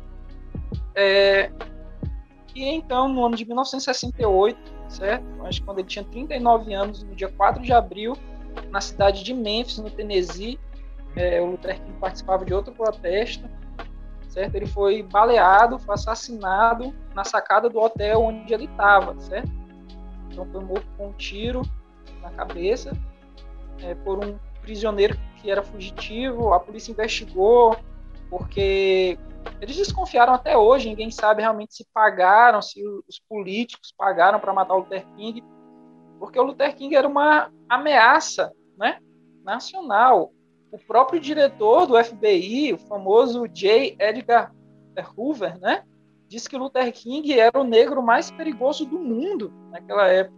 É, e então, no ano de mil novecentos e sessenta e oito, certo? Acho que quando ele tinha trinta e nove anos, no dia quatro de abril, na cidade de Memphis, no Tennessee, é, o Luther King participava de outro protesto, certo? Ele foi baleado, foi assassinado na sacada do hotel onde ele estava, certo? Então foi morto com um tiro na cabeça é, por um prisioneiro que era fugitivo. A polícia investigou, porque eles desconfiaram até hoje, ninguém sabe realmente se pagaram, se os políticos pagaram para matar o Luther King, porque o Luther King era uma ameaça, né, nacional. O próprio diretor do F B I, o famoso J. Edgar Hoover, né, disse que o Luther King era o negro mais perigoso do mundo naquela época.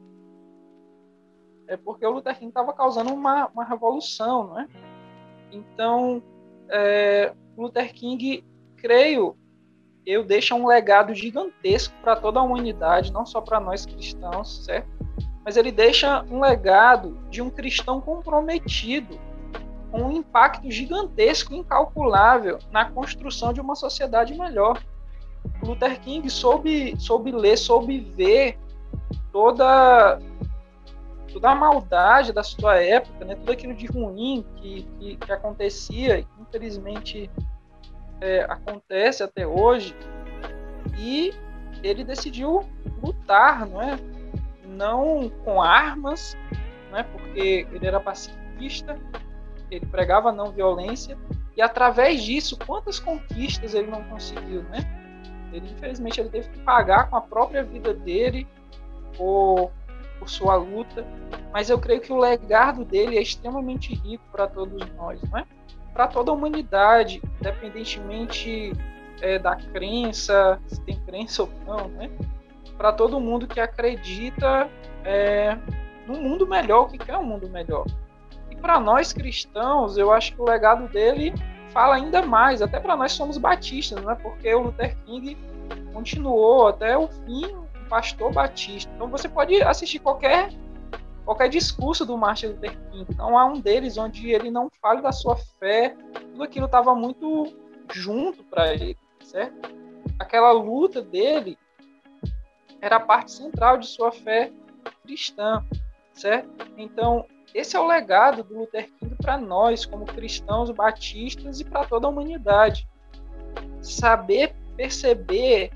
É porque o Luther King estava causando uma, uma revolução, não é? Então, é, Luther King, creio, eu deixo um legado gigantesco para toda a humanidade, não só para nós cristãos, certo? Mas ele deixa um legado de um cristão comprometido com um impacto gigantesco, incalculável, na construção de uma sociedade melhor. O Luther King soube, soube ler, soube ver toda, toda a maldade da sua época, né? Tudo aquilo de ruim que, que, que acontecia, e infelizmente é, acontece até hoje, e ele decidiu lutar, não é? Não com armas, não é? Porque ele era pacifista, ele pregava não violência, e através disso, quantas conquistas ele não conseguiu, né? Ele, infelizmente, ele teve que pagar com a própria vida dele por, por sua luta, mas eu creio que o legado dele é extremamente rico para todos nós, não é? Para toda a humanidade, independentemente é, da crença, se tem crença ou não, né? Para todo mundo que acredita é, num mundo melhor, o que quer um mundo melhor. E para nós cristãos, eu acho que o legado dele fala ainda mais, até para nós somos batistas, né? Porque o Luther King continuou até o fim um pastor batista. Então você pode assistir qualquer, qualquer discurso do Martin Luther King, não há um deles onde ele não fale da sua fé, tudo aquilo estava muito junto para ele, certo? Aquela luta dele era a parte central de sua fé cristã, certo? Então, esse é o legado do Luther King para nós, como cristãos batistas, e para toda a humanidade. Saber perceber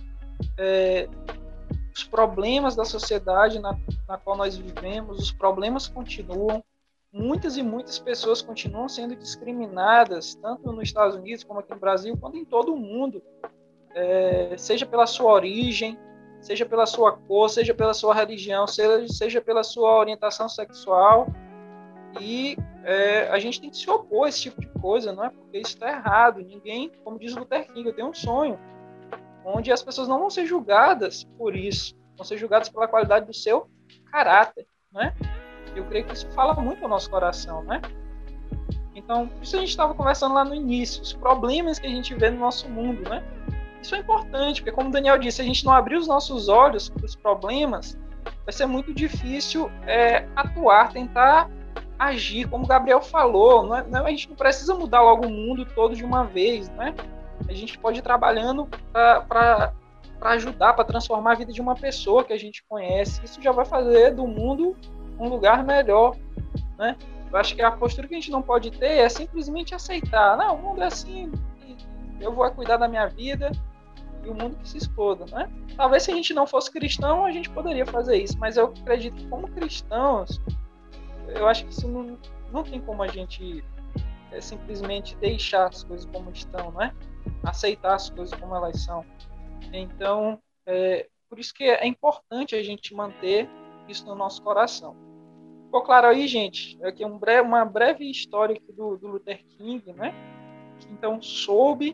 é, os problemas da sociedade na, na qual nós vivemos, os problemas continuam, muitas e muitas pessoas continuam sendo discriminadas, tanto nos Estados Unidos como aqui no Brasil, quanto em todo o mundo, é, seja pela sua origem, seja pela sua cor, seja pela sua religião, seja, seja pela sua orientação sexual. E é, a gente tem que se opor a esse tipo de coisa, não é? Porque isso está errado. Ninguém, como diz Luther King, eu tenho um sonho onde as pessoas não vão ser julgadas por isso, vão ser julgadas pela qualidade do seu caráter, não é? Eu creio que isso fala muito ao nosso coração, né? Então, isso a gente estava conversando lá no início, os problemas que a gente vê no nosso mundo, né? Isso é importante, porque como o Daniel disse, se a gente não abrir os nossos olhos para os problemas, vai ser muito difícil é, atuar, tentar agir, como o Gabriel falou, não é, não, a gente não precisa mudar logo o mundo todo de uma vez, né? A gente pode ir trabalhando para ajudar, para transformar a vida de uma pessoa que a gente conhece. Isso já vai fazer do mundo um lugar melhor, né? Eu acho que a postura que a gente não pode ter é simplesmente aceitar. Não, o mundo é assim, eu vou cuidar da minha vida e o mundo que se exploda, né? Talvez se a gente não fosse cristão, a gente poderia fazer isso, mas eu acredito que como cristãos, eu acho que isso não, não tem como a gente é, simplesmente deixar as coisas como estão, né? Aceitar as coisas como elas são. Então, é, por isso que é importante a gente manter isso no nosso coração. Ficou claro aí, gente? Aqui é um breve, uma breve história aqui do, do Luther King, né? Que então soube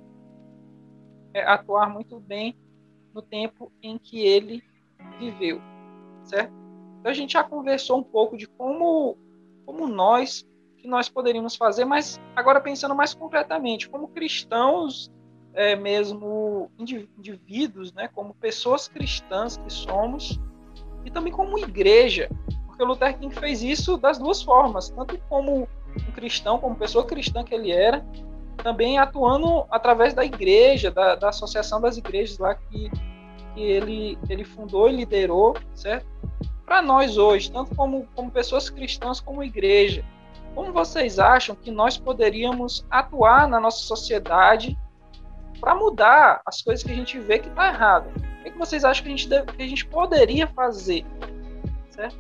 é, atuar muito bem no tempo em que ele viveu, certo? Então a gente já conversou um pouco de como, como nós, que nós poderíamos fazer, mas agora pensando mais concretamente, como cristãos, é, mesmo indivíduos, né? Como pessoas cristãs que somos, e também como igreja, porque o Luther King fez isso das duas formas, tanto como um cristão, como pessoa cristã que ele era, também atuando através da igreja, da, da associação das igrejas lá que, que ele, ele fundou e liderou, certo? Para nós hoje, tanto como, como pessoas cristãs como igreja, como vocês acham que nós poderíamos atuar na nossa sociedade para mudar as coisas que a gente vê que está errado? O que, é que vocês acham que a gente, deve, que a gente poderia fazer, certo?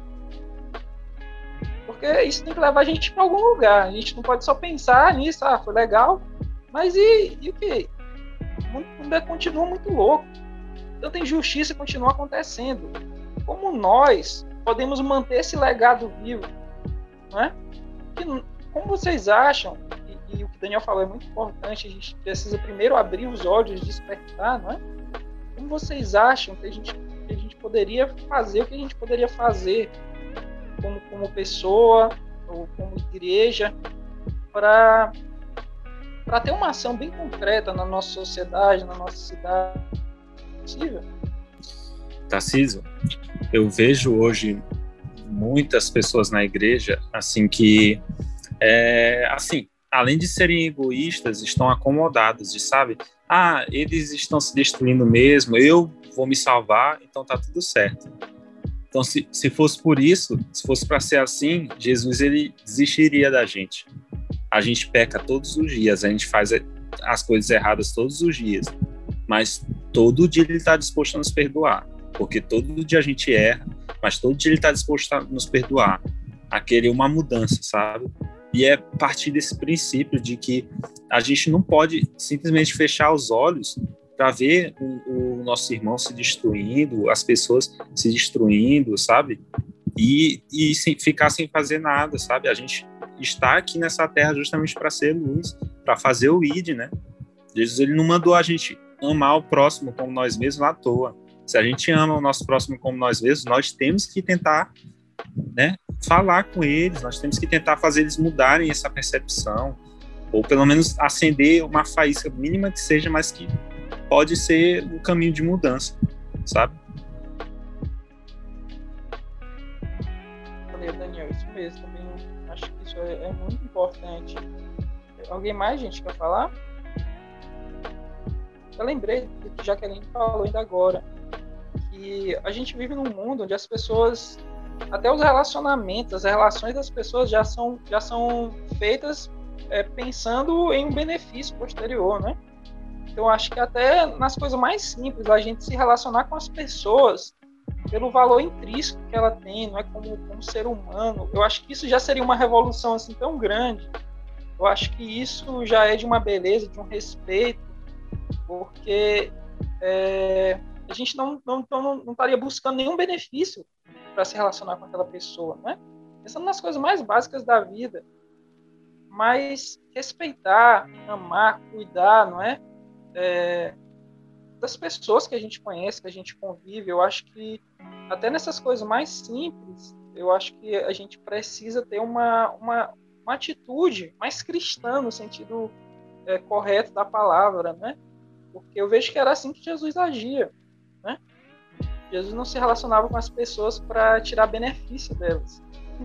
Porque isso tem que levar a gente para algum lugar. A gente não pode só pensar nisso, ah, foi legal, mas e, e o quê? O mundo continua muito louco. Tanta injustiça continua acontecendo. Como nós podemos manter esse legado vivo? Não é? Que, como vocês acham, e, e o que o Daniel falou é muito importante, a gente precisa primeiro abrir os olhos, despertar, não é? Como vocês acham que a gente, que a gente poderia fazer, o que a gente poderia fazer como, como pessoa ou como igreja para para ter uma ação bem concreta na nossa sociedade, na nossa cidade? Possível? Tarcísio, eu vejo hoje muitas pessoas na igreja assim que é, assim, além de serem egoístas, estão acomodados de, sabe, ah, eles estão se destruindo mesmo, eu vou me salvar, então tá tudo certo. Então, se, se fosse por isso, se fosse para ser assim, Jesus ele desistiria da gente. A gente peca todos os dias, a gente faz as coisas erradas todos os dias, mas todo dia ele está disposto a nos perdoar, porque todo dia a gente erra, mas todo dia ele está disposto a nos perdoar, a querer uma mudança, sabe? E é a partir desse princípio de que a gente não pode simplesmente fechar os olhos para ver o, o nosso irmão se destruindo, as pessoas se destruindo, sabe? E, e sem, ficar sem fazer nada, sabe? A gente está aqui nessa terra justamente para ser luz, para fazer o I D, né? Jesus ele não mandou a gente amar o próximo como nós mesmos à toa. Se a gente ama o nosso próximo como nós mesmos, nós temos que tentar, né, falar com eles, nós temos que tentar fazer eles mudarem essa percepção, ou pelo menos acender uma faísca mínima que seja, mas que pode ser um caminho de mudança, sabe? Valeu, Daniel, isso mesmo, também acho que isso é, é muito importante. Alguém mais, gente, quer falar? Eu lembrei do que Jaqueline falou ainda agora, que a gente vive num mundo onde as pessoas, até os relacionamentos, as relações das pessoas já são, já são feitas é, pensando em um benefício posterior, né? Então, eu acho que até nas coisas mais simples, a gente se relacionar com as pessoas pelo valor intrínseco que ela tem, não é como, como ser humano. Eu acho que isso já seria uma revolução assim tão grande. Eu acho que isso já é de uma beleza, de um respeito, porque é, a gente não, não, não, não estaria buscando nenhum benefício para se relacionar com aquela pessoa, né? Pensando nas coisas mais básicas da vida. Mas respeitar, amar, cuidar, não é? É, das pessoas que a gente conhece, que a gente convive. Eu acho que até nessas coisas mais simples, eu acho que a gente precisa ter uma, uma, uma atitude mais cristã no sentido é, correto da palavra, né? Porque eu vejo que era assim que Jesus agia, né? Jesus não se relacionava com as pessoas para tirar benefício delas.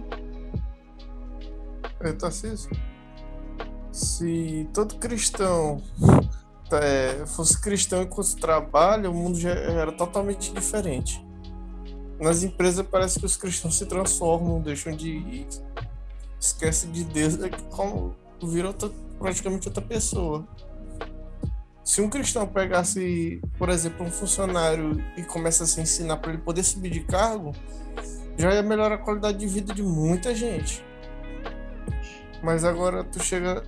É, Tarcísio, se todo cristão é, fosse cristão enquanto trabalha, o mundo já era totalmente diferente. Nas empresas parece que os cristãos se transformam, deixam de ir, esquecem de Deus, é como viram outra, praticamente outra pessoa. Se um cristão pegasse, por exemplo, um funcionário e começasse a ensinar para ele poder subir de cargo, já ia melhorar a qualidade de vida de muita gente. Mas agora tu chega...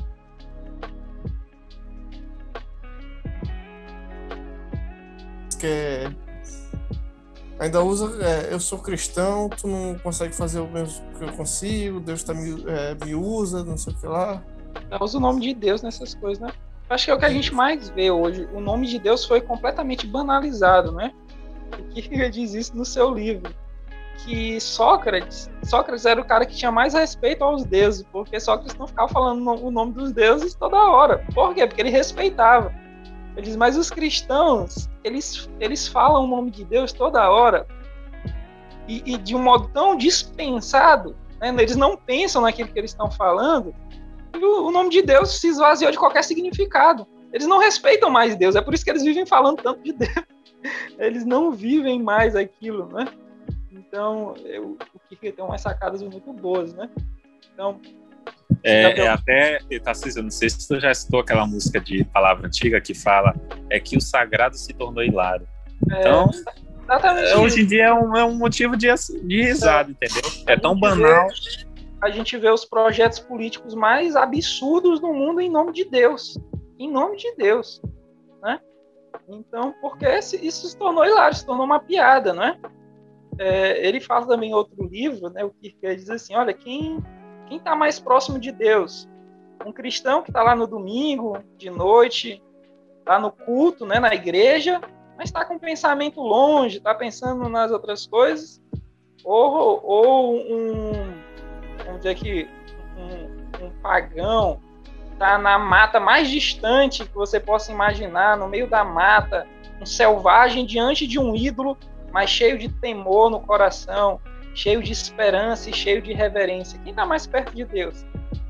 que é... ainda usa, é, eu sou cristão, tu não consegue fazer o mesmo que eu consigo, Deus tá me, é, me usa, não sei o que lá. Usa o nome de Deus nessas coisas, né? Acho que é o que a gente mais vê hoje. O nome de Deus foi completamente banalizado, né? O Kierkegaard diz isso no seu livro. Que Sócrates, Sócrates era o cara que tinha mais respeito aos deuses, porque Sócrates não ficava falando o nome dos deuses toda hora. Por quê? Porque ele respeitava. Ele diz, mas os cristãos, eles, eles falam o nome de Deus toda hora e, e de um modo tão dispensado, né? Eles não pensam naquilo que eles estão falando, e o, o nome de Deus se esvaziou de qualquer significado. Eles não respeitam mais Deus, é por isso que eles vivem falando tanto de Deus. Eles não vivem mais aquilo, né? Então, eu, o Kierkegaard tem umas sacadas muito boas, né? Então... É, é até, Tarcísio, eu não sei se tu já citou aquela música de palavra antiga que fala é que o sagrado se tornou hilário. É, então, exatamente hoje em isso. dia é um, é um motivo de, de risada, é. Entendeu? É A tão banal. Vê, a gente vê os projetos políticos mais absurdos do mundo em nome de Deus. Em nome de Deus. Né? Então, porque isso se tornou hilário, se tornou uma piada, né? É, ele fala também em outro livro, né, o Kierkegaard diz assim, olha, quem quem está mais próximo de Deus? Um cristão que está lá no domingo, de noite, está no culto, né, na igreja, mas está com o pensamento longe, está pensando nas outras coisas, ou, ou um, vamos dizer aqui, um, um pagão, está na mata mais distante que você possa imaginar, no meio da mata, um selvagem diante de um ídolo, mas cheio de temor no coração, cheio de esperança e cheio de reverência. Quem está mais perto de Deus?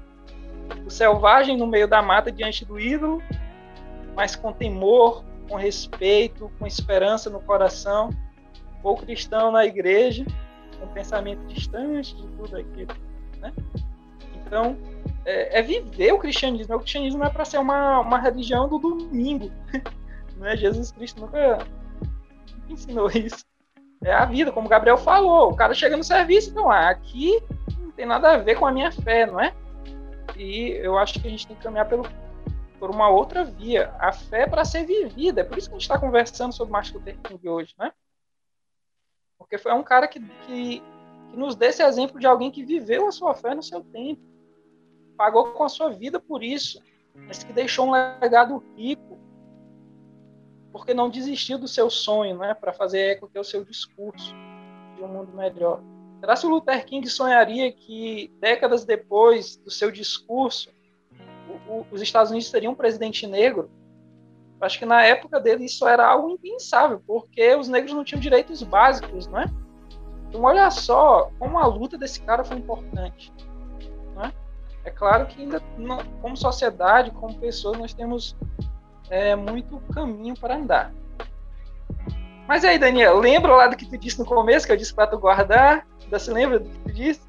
O selvagem no meio da mata diante do ídolo, mas com temor, com respeito, com esperança no coração, ou o cristão na igreja, com pensamento distante de tudo aquilo, né? Então, é, é viver o cristianismo. O cristianismo não é para ser uma, uma religião do domingo. Não é? Jesus Cristo nunca ensinou isso. É a vida, como o Gabriel falou. O cara chega no serviço, então, ah, aqui não tem nada a ver com a minha fé, não é? E eu acho que a gente tem que caminhar pelo, por uma outra via. A fé é para ser vivida. É por isso que a gente está conversando sobre Martin Luther King hoje, né? Porque foi um cara que, que, que nos deu esse exemplo de alguém que viveu a sua fé no seu tempo. Pagou com a sua vida por isso, mas que deixou um legado rico, porque não desistiu do seu sonho, né, para fazer eco ao seu discurso de um mundo melhor. Será que o Luther King sonharia que, décadas depois do seu discurso, o, o, os Estados Unidos teriam um presidente negro? Acho que na época dele isso era algo impensável, porque os negros não tinham direitos básicos, né? Então, olha só como a luta desse cara foi importante, né? É claro que ainda, como sociedade, como pessoas, nós temos É muito caminho para andar. Mas aí, Daniel, lembra lá do que tu disse no começo, que eu disse para tu guardar? Ainda se lembra do que tu disse?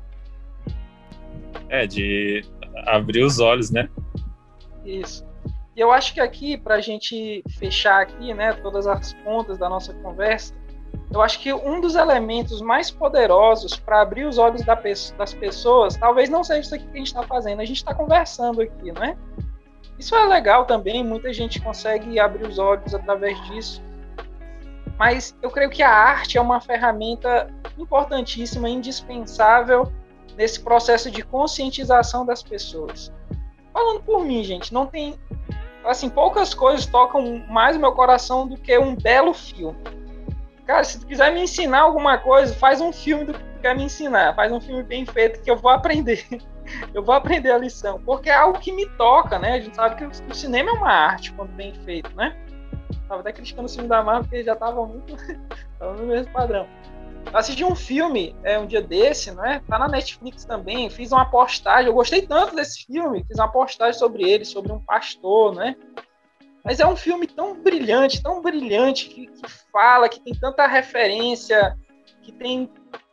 É, de abrir os olhos, né? Isso. E eu acho que aqui, para a gente fechar aqui, né, todas as pontas da nossa conversa, eu acho que um dos elementos mais poderosos para abrir os olhos da pe- das pessoas, talvez não seja isso aqui que a gente está fazendo, a gente está conversando aqui, né? Isso é legal também, muita gente consegue abrir os olhos através disso, mas eu creio que a arte é uma ferramenta importantíssima, indispensável nesse processo de conscientização das pessoas. Falando por mim, gente, não tem, assim, poucas coisas tocam mais o meu coração do que um belo filme. Cara, se tu quiser me ensinar alguma coisa, faz um filme do que tu quer me ensinar. Faz um filme bem feito que eu vou aprender. Eu vou aprender a lição. Porque é algo que me toca, né? A gente sabe que o cinema é uma arte quando bem feito, né? Tava até criticando o filme da Marvel porque já tava muito... tava no mesmo padrão. Eu assisti um filme é, um dia desse, né? Tá na Netflix também. Fiz uma postagem. Eu gostei tanto desse filme. Fiz uma postagem sobre ele, sobre um pastor, né? Mas é um filme tão brilhante, tão brilhante, que, que fala, que tem tanta referência, que tem...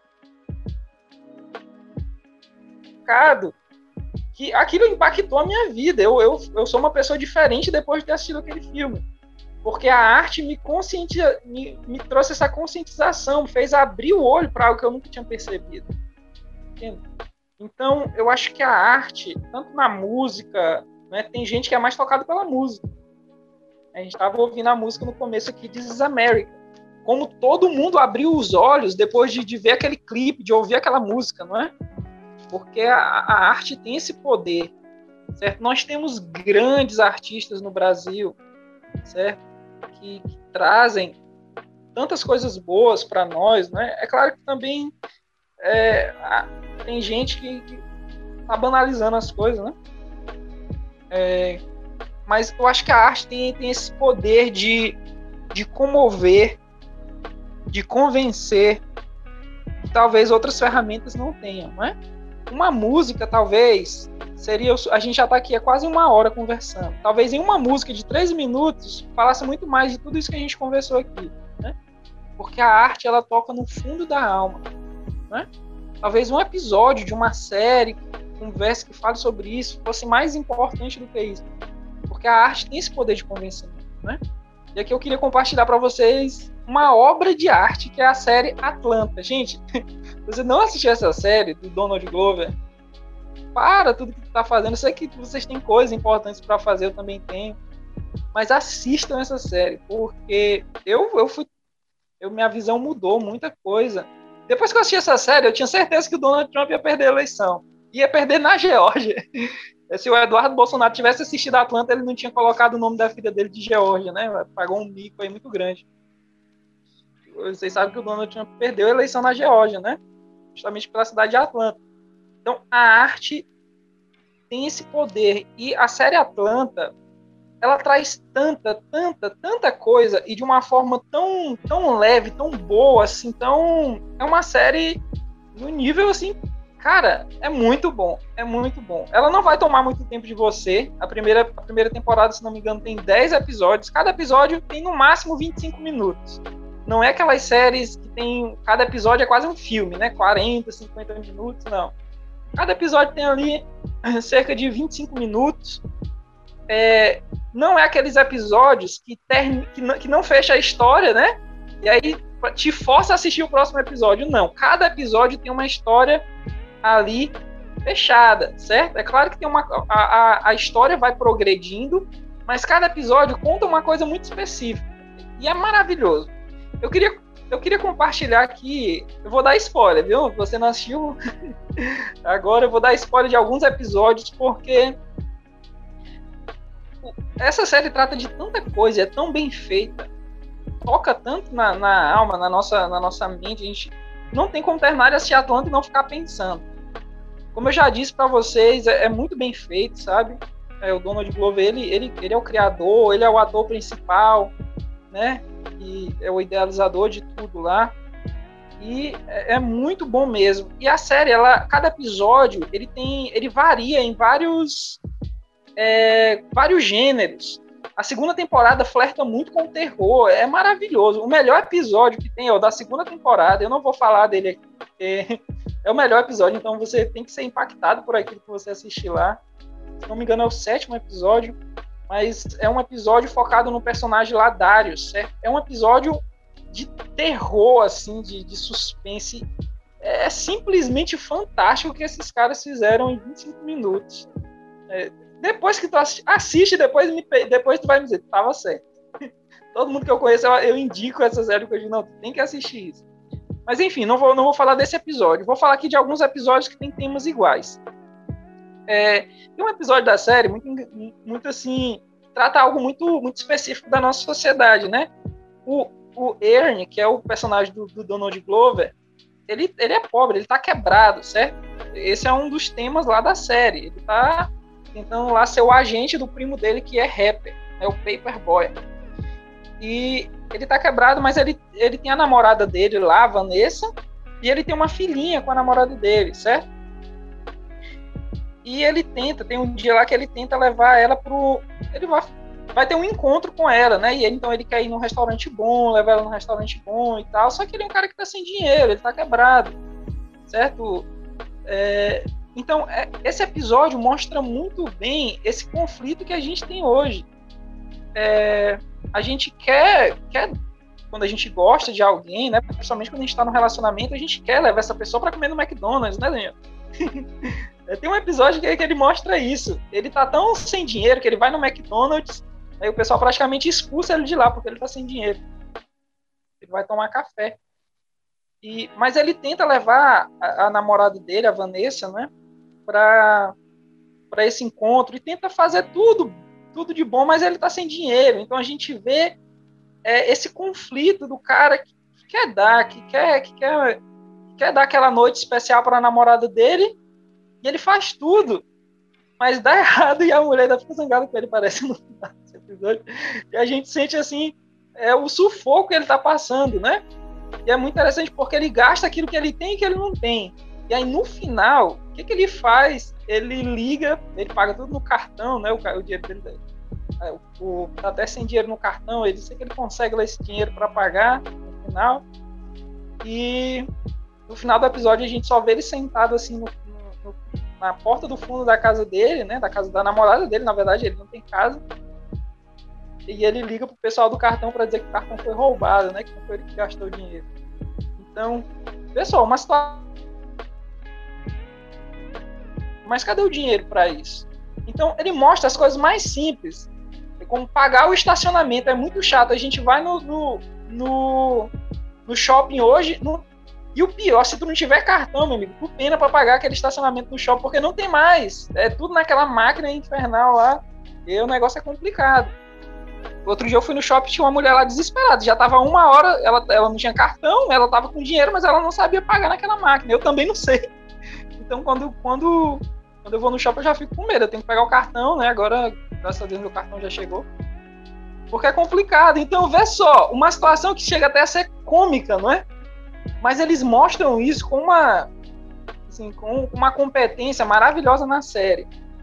que aquilo impactou a minha vida. Eu, eu, eu sou uma pessoa diferente depois de ter assistido aquele filme. Porque a arte me, conscientiza, me, me trouxe essa conscientização, me fez abrir o olho para algo que eu nunca tinha percebido. Entende? Então, eu acho que a arte, tanto na música, né, tem gente que é mais tocada pela música. A gente estava ouvindo a música no começo aqui, This is America. Como todo mundo abriu os olhos depois de, de ver aquele clipe, de ouvir aquela música, não é? Porque a, a arte tem esse poder, certo? Nós temos grandes artistas no Brasil, certo? Que, que trazem tantas coisas boas para nós, né? É claro que também é, tem gente que está banalizando as coisas, né? É, mas eu acho que a arte tem, tem esse poder de, de comover, de convencer, que talvez outras ferramentas não tenham, não é? Uma música, talvez, seria... A gente já está aqui há quase uma hora conversando. Talvez em uma música de três minutos falasse muito mais de tudo isso que a gente conversou aqui, né? Porque a arte, ela toca no fundo da alma, né? Talvez um episódio de uma série, conversa que fale sobre isso, fosse mais importante do que isso. Porque a arte tem esse poder de convencimento, né? E aqui eu queria compartilhar para vocês uma obra de arte, que é a série Atlanta. Gente, se você não assistiu essa série do Donald Glover, para tudo que você está fazendo. Eu sei que vocês têm coisas importantes para fazer, eu também tenho. Mas assistam essa série, porque eu, eu fui... Eu, minha visão mudou, muita coisa. Depois que eu assisti essa série, eu tinha certeza que o Donald Trump ia perder a eleição. Ia perder na Geórgia. Se o Eduardo Bolsonaro tivesse assistido a Atlanta, ele não tinha colocado o nome da filha dele de Geórgia, né? Pagou um mico aí muito grande. Vocês sabem que o Donald Trump perdeu a eleição na Geórgia, né? Justamente pela cidade de Atlanta. Então, a arte tem esse poder. E a série Atlanta, ela traz tanta, tanta, tanta coisa, e de uma forma tão, tão leve, tão boa, assim, tão... É uma série no nível, assim... Cara, é muito bom, é muito bom. Ela não vai tomar muito tempo de você. A primeira, a primeira temporada, se não me engano, tem dez episódios. Cada episódio tem no máximo vinte e cinco minutos. Não é aquelas séries que tem... Cada episódio é quase um filme, né? quarenta, cinquenta minutos, não. Cada episódio tem ali cerca de vinte e cinco minutos. É, não é aqueles episódios que, term... que, não, que não fecha a história, né? E aí te força a assistir o próximo episódio. Não, cada episódio tem uma história ali fechada, certo? É claro que tem uma, a, a, a história vai progredindo, mas cada episódio conta uma coisa muito específica. E é maravilhoso. Eu queria, eu queria compartilhar aqui, eu vou dar spoiler, viu? Você não assistiu? Agora eu vou dar spoiler de alguns episódios, porque essa série trata de tanta coisa, é tão bem feita, toca tanto na, na alma, na nossa, na nossa mente, a gente não tem como terminar de assistir Atlanta e não ficar pensando. Como eu já disse para vocês, é, é muito bem feito, sabe? É, o Donald Glover, ele, ele, ele é o criador, ele é o ator principal, né? E é o idealizador de tudo lá. E é, é muito bom mesmo. E a série, ela, cada episódio, ele tem, ele varia em vários, é, vários gêneros. A segunda temporada flerta muito com o terror, é maravilhoso. O melhor episódio que tem é o da segunda temporada, eu não vou falar dele aqui, porque é o melhor episódio, então você tem que ser impactado por aquilo que você assistir lá. Se não me engano, é o sétimo episódio. mas é um episódio focado no personagem lá, Darius, certo? É um episódio de terror, assim, de, de suspense. É simplesmente fantástico o que esses caras fizeram em vinte e cinco minutos. É, depois que tu assiste, assiste depois, me, depois tu vai me dizer, tava certo. Todo mundo que eu conheço, eu, eu indico essa série, que eu digo, não, tu tem que assistir isso. Mas enfim, não vou, não vou falar desse episódio. Vou falar aqui de alguns episódios que tem temas iguais. É, tem um episódio da série, muito, muito assim, trata algo muito, muito específico da nossa sociedade, né? O, o Ernie, que é o personagem do, do Donald Glover, ele, ele é pobre, ele tá quebrado, certo? Esse é um dos temas lá da série. Ele tá tentando lá ser o agente do primo dele, que é rapper, é o Paperboy. E ele tá quebrado, mas ele, ele tem a namorada dele lá, a Vanessa, e ele tem uma filhinha com a namorada dele, certo? E ele tenta, tem um dia lá que ele tenta levar ela pro... Ele vai, vai ter um encontro com ela, né? E ele, então ele quer ir num restaurante bom, levar ela num restaurante bom e tal, só que ele é um cara que tá sem dinheiro, ele tá quebrado, certo? É, então, é, esse episódio mostra muito bem esse conflito que a gente tem hoje. É, a gente quer, quer, quando a gente gosta de alguém, né, principalmente quando a gente está no relacionamento, a gente quer levar essa pessoa para comer no McDonald's, né, Daniel? Tem um episódio que, que ele mostra isso. Ele tá tão sem dinheiro que ele vai no McDonald's, aí o pessoal praticamente expulsa ele de lá porque ele tá sem dinheiro. Ele vai tomar café. E, mas ele tenta levar a, a namorada dele, a Vanessa, né, para para esse encontro e tenta fazer tudo tudo de bom, mas ele tá sem dinheiro. Então a gente vê é, esse conflito do cara que, que quer dar, que quer, que quer, que quer dar aquela noite especial para a namorada dele, e ele faz tudo, mas dá errado e a mulher ainda fica zangada com ele, parece, no final desse episódio. E a gente sente assim é, o sufoco que ele tá passando, né? E é muito interessante porque ele gasta aquilo que ele tem e que ele não tem. E aí no final, o que, que ele faz? Ele liga, ele paga tudo no cartão, né? O, o dinheiro dele, o, o, tá até sem dinheiro no cartão, ele diz que ele consegue lá esse dinheiro para pagar no final. E no final do episódio a gente só vê ele sentado assim no, no, na porta do fundo da casa dele, né? Da casa da namorada dele, na verdade ele não tem casa. E ele liga pro pessoal do cartão para dizer que o cartão foi roubado, né? Que não foi ele que gastou o dinheiro. Então, pessoal, uma situação. Mas cadê o dinheiro para isso? Então, ele mostra as coisas mais simples, como pagar o estacionamento. É muito chato. A gente vai no, no, no, no shopping hoje, no, e o pior, se tu não tiver cartão, meu amigo, tu pena para pagar aquele estacionamento no shopping, porque não tem mais. É tudo naquela máquina infernal lá, e o negócio é complicado. Outro dia eu fui no shopping, tinha uma mulher lá desesperada, já tava uma hora, ela, ela não tinha cartão, ela tava com dinheiro, mas ela não sabia pagar naquela máquina. Eu também não sei. Então, quando... quando Quando eu vou no shopping eu já fico com medo, eu tenho que pegar o cartão, né? Agora, graças a Deus, meu cartão já chegou. Porque é complicado. Então, vê só, uma situação que chega até a ser cômica, não é? Mas eles mostram isso com uma, assim, com uma competência maravilhosa na série.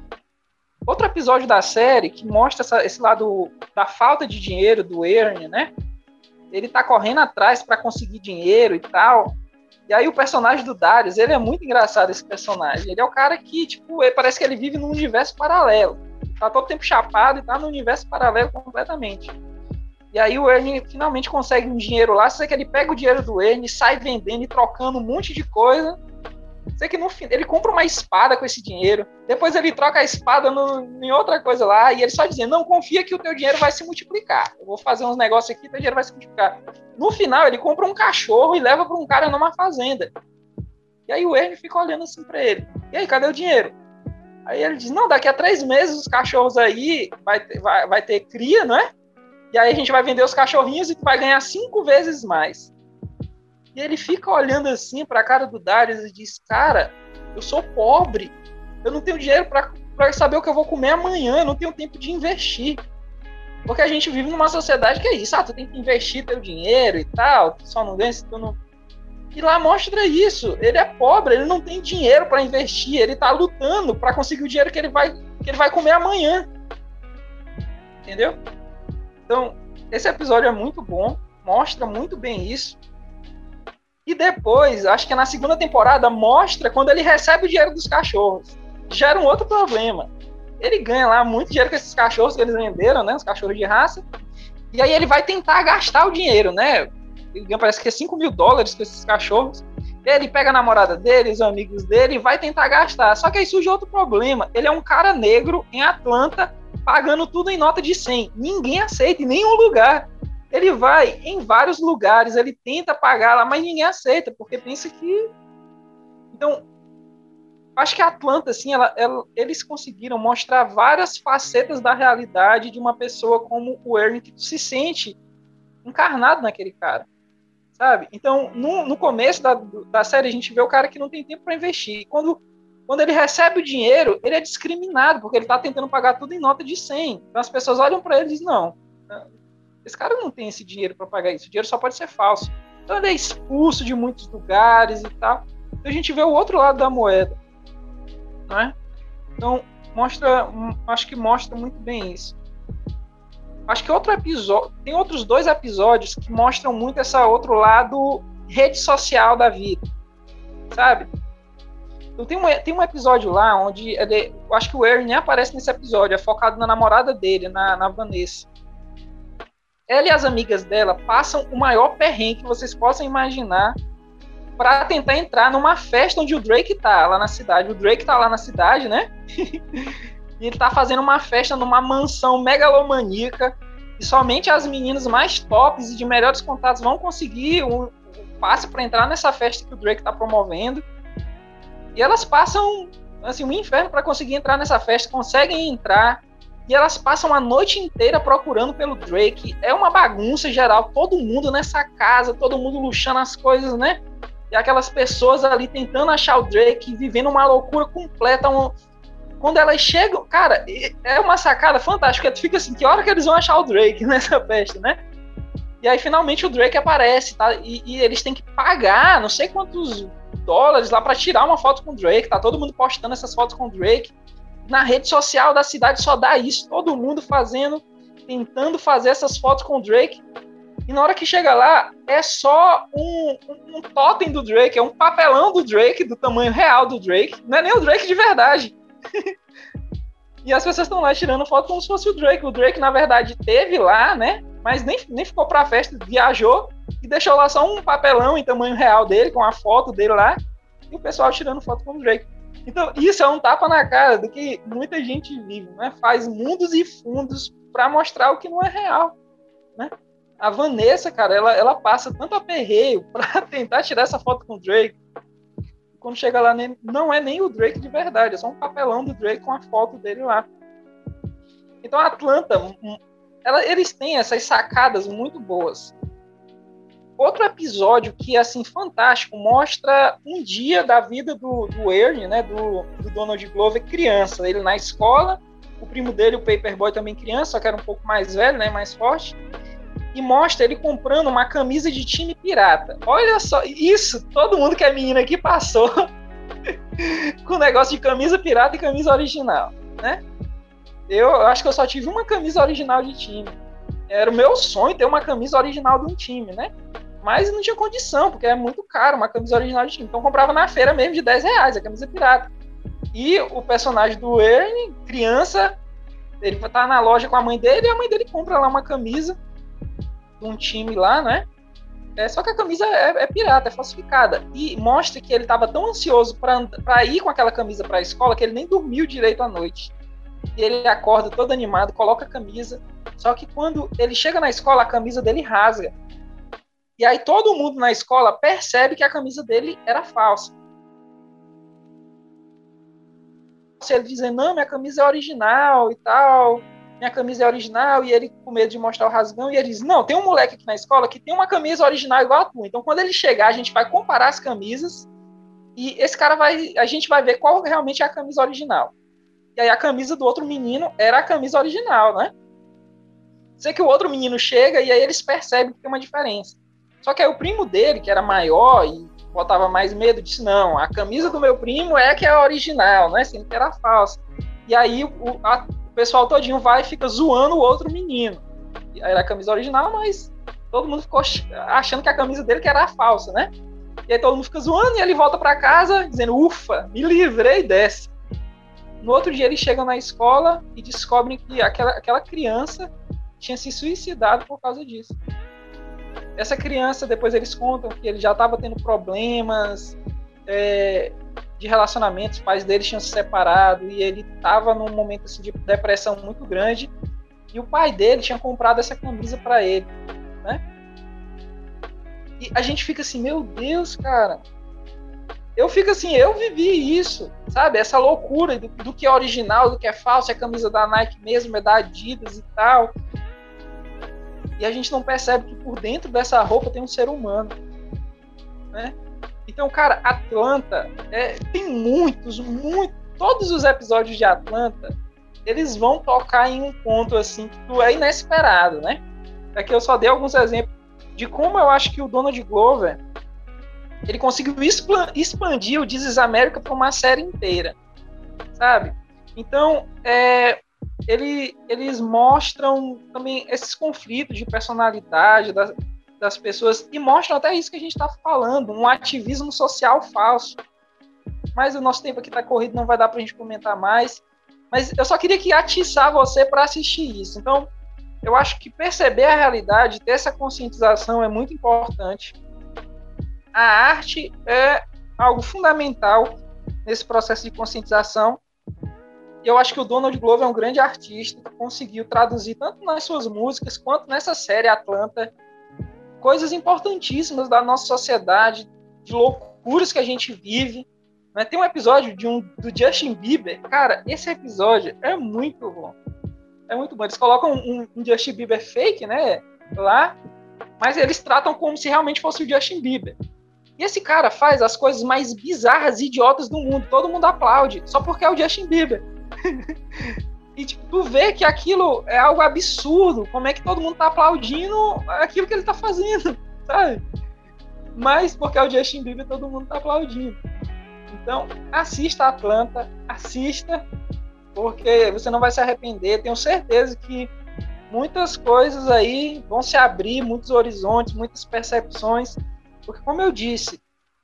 Outro episódio da série que mostra essa, esse lado da falta de dinheiro do Ernie, né? Ele tá correndo atrás para conseguir dinheiro e tal. E aí o personagem do Darius, ele é muito engraçado, esse personagem. Ele é o cara que, tipo, ele, parece que ele vive num universo paralelo. Tá todo tempo chapado e tá num universo paralelo completamente. E aí o Ernie finalmente consegue um dinheiro lá. Sei que ele pega o dinheiro do Ernie, sai vendendo e trocando um monte de coisa. Sei que no fim ele compra uma espada com esse dinheiro. Depois ele troca a espada no, em outra coisa lá. E ele só dizendo, não, confia que o teu dinheiro vai se multiplicar. Eu vou fazer uns negócios aqui, teu dinheiro vai se multiplicar. No final ele compra um cachorro e leva para um cara numa fazenda. E aí o Ernie fica olhando assim para ele. E aí, cadê o dinheiro? Aí ele diz, não, daqui a três meses os cachorros aí vai ter, vai, vai ter cria, não é? E aí a gente vai vender os cachorrinhos e tu vai ganhar cinco vezes mais. E ele fica olhando assim para a cara do Darius e diz, cara, eu sou pobre, eu não tenho dinheiro para saber o que eu vou comer amanhã, eu não tenho tempo de investir. Porque a gente vive numa sociedade que é isso, ah, tu tem que investir teu dinheiro e tal, tu só não ganha se tu não... E lá mostra isso, ele é pobre, ele não tem dinheiro para investir, ele tá lutando para conseguir o dinheiro que ele vai, que ele vai comer amanhã. Entendeu? Então, esse episódio é muito bom, mostra muito bem isso. E depois, acho que é na segunda temporada, mostra quando ele recebe o dinheiro dos cachorros. Gera um outro problema. ele ganha lá muito dinheiro com esses cachorros que eles venderam, né? Os cachorros de raça. E aí ele vai tentar gastar o dinheiro, né? Ele ganha, parece que é cinco mil dólares com esses cachorros. Ele pega a namorada dele, os amigos dele, e vai tentar gastar. Só que aí surge outro problema. Ele é um cara negro em Atlanta, pagando tudo em nota de cem. Ninguém aceita em nenhum lugar. Ele vai em vários lugares, ele tenta pagar lá, mas ninguém aceita, porque pensa que... Então, acho que a Atlanta, assim, ela, ela, eles conseguiram mostrar várias facetas da realidade de uma pessoa como o Ernie, que se sente encarnado naquele cara, sabe? Então, no, no começo da, da série, a gente vê o cara que não tem tempo para investir. E quando, quando ele recebe o dinheiro, ele é discriminado, porque ele está tentando pagar tudo em nota de cem. Então, as pessoas olham para ele e dizem, não, esse cara não tem esse dinheiro para pagar isso, o dinheiro só pode ser falso. Então, ele é expulso de muitos lugares e tal. Então, a gente vê o outro lado da moeda, não é? Então, mostra, acho que mostra muito bem isso. Acho que outro episódio, tem outros dois episódios que mostram muito esse outro lado rede social da vida, sabe? Então, tem, um, tem um episódio lá onde ele, eu acho que o Ernie nem aparece nesse episódio, é focado na namorada dele, na, na Vanessa. Ela e as amigas dela passam o maior perrengue que vocês possam imaginar para tentar entrar numa festa onde o Drake tá lá na cidade. O Drake tá lá na cidade, né? E ele tá fazendo uma festa numa mansão megalomaníaca e somente as meninas mais tops e de melhores contatos vão conseguir um, um passe para entrar nessa festa que o Drake tá promovendo. E elas passam assim, um inferno para conseguir entrar nessa festa, conseguem entrar e elas passam a noite inteira procurando pelo Drake. É uma bagunça geral, todo mundo nessa casa, todo mundo luxando as coisas, né? E aquelas pessoas ali tentando achar o Drake, vivendo uma loucura completa. Um... Quando elas chegam, cara, é uma sacada fantástica. Tu fica assim, que hora que eles vão achar o Drake nessa festa, né? E aí finalmente o Drake aparece, tá? E, e eles têm que pagar não sei quantos dólares lá para tirar uma foto com o Drake. Tá todo mundo postando essas fotos com o Drake. Na rede social da cidade só dá isso. Todo mundo fazendo, tentando fazer essas fotos com o Drake. E na hora que chega lá, é só um, um, um totem do Drake, é um papelão do Drake, do tamanho real do Drake. Não é nem o Drake de verdade. E as pessoas estão lá tirando foto como se fosse o Drake. O Drake, na verdade, teve lá, né? Mas nem, nem ficou pra festa, viajou e deixou lá só um papelão em tamanho real dele, com a foto dele lá, e o pessoal tirando foto com o Drake. Então, isso é um tapa na cara do que muita gente vive, né? Faz mundos e fundos pra mostrar o que não é real, né? A Vanessa, cara, ela, ela passa tanto aperreio pra tentar tirar essa foto com o Drake. Quando chega lá, nem, não é nem o Drake de verdade, é só um papelão do Drake com a foto dele lá. Então, a Atlanta, ela, eles têm essas sacadas muito boas. Outro episódio que é, assim, fantástico, mostra um dia da vida do, do Ernie, né, do, do Donald Glover, criança. Ele na escola, o primo dele, o Paperboy, também criança, só que era um pouco mais velho, né, mais forte. E mostra ele comprando uma camisa de time pirata. Olha só, isso, todo mundo que é menina aqui passou com o negócio de camisa pirata e camisa original, né? Eu, eu acho que eu só tive uma camisa original de time. Era o meu sonho ter uma camisa original de um time, né? Mas não tinha condição, porque é muito caro uma camisa original de time. Então eu comprava na feira mesmo de dez reais, a camisa pirata. E o personagem do Ernie, criança, ele tá na loja com a mãe dele e a mãe dele compra lá uma camisa de um time lá, né? É, só que a camisa é, é pirata, é falsificada. E mostra que ele estava tão ansioso para ir com aquela camisa para a escola que ele nem dormiu direito à noite. E ele acorda todo animado, coloca a camisa. Só que quando ele chega na escola, a camisa dele rasga. E aí todo mundo na escola percebe que a camisa dele era falsa. Ele dizendo, não, minha camisa é original e tal... minha camisa é original, e ele com medo de mostrar o rasgão, e ele diz, não, tem um moleque aqui na escola que tem uma camisa original igual a tua, então quando ele chegar, a gente vai comparar as camisas, e esse cara vai, a gente vai ver qual realmente é a camisa original. E aí a camisa do outro menino era a camisa original, né? Sei que o outro menino chega, e aí eles percebem que tem uma diferença. Só que aí o primo dele, que era maior, e botava mais medo, disse, não, a camisa do meu primo é que é a original, né? Sendo que era falsa. E aí o, a, o pessoal todinho vai e fica zoando o outro menino. E aí era a camisa original, mas todo mundo ficou achando que a camisa dele que era a falsa, né? E aí todo mundo fica zoando e ele volta pra casa dizendo, ufa, me livrei dessa. no outro dia eles chegam na escola e descobrem que aquela, aquela criança tinha se suicidado por causa disso. Essa criança, depois eles contam que ele já estava tendo problemas é, de relacionamento, os pais dele tinham se separado e ele estava num momento assim, de depressão muito grande, e o pai dele tinha comprado essa camisa para ele, né? E a gente fica assim, meu Deus, cara, eu fico assim, eu vivi isso, sabe? Essa loucura do, do que é original, do que é falso, é a camisa da Nike mesmo, é da Adidas e tal. E a gente não percebe que por dentro dessa roupa tem um ser humano, né? Então, cara, Atlanta, é, tem muitos, muitos, todos os episódios de Atlanta, eles vão tocar em um ponto assim que tu é inesperado, né? Aqui eu só dei alguns exemplos de como eu acho que o Donald Glover ele conseguiu expandir o This Is America para uma série inteira, sabe? Então, é, ele, eles mostram também esses conflitos de personalidade das, das pessoas e mostram até isso que a gente está falando, um ativismo social falso. Mas o nosso tempo aqui está corrido, não vai dar para a gente comentar mais. Mas eu só queria que atiçar você para assistir isso. Então, eu acho que perceber a realidade, ter essa conscientização é muito importante. A arte é algo fundamental nesse processo de conscientização. E eu acho que o Donald Glover é um grande artista que conseguiu traduzir tanto nas suas músicas quanto nessa série Atlanta coisas importantíssimas da nossa sociedade, de loucuras que a gente vive. Tem um episódio de um, do Justin Bieber. Cara, esse episódio é muito bom. É muito bom. Eles colocam um, um Justin Bieber fake, né, lá, mas eles tratam como se realmente fosse o Justin Bieber. E esse cara faz as coisas mais bizarras e idiotas do mundo. Todo mundo aplaude, só porque é o Justin Bieber. E tipo, tu vê que aquilo é algo absurdo. Como é que todo mundo tá aplaudindo aquilo que ele tá fazendo, sabe? Mas porque é o Justin Bieber, todo mundo tá aplaudindo. Então, assista Atlanta, assista, porque você não vai se arrepender. Tenho certeza que muitas coisas aí vão se abrir, muitos horizontes, muitas percepções. Porque, como eu disse,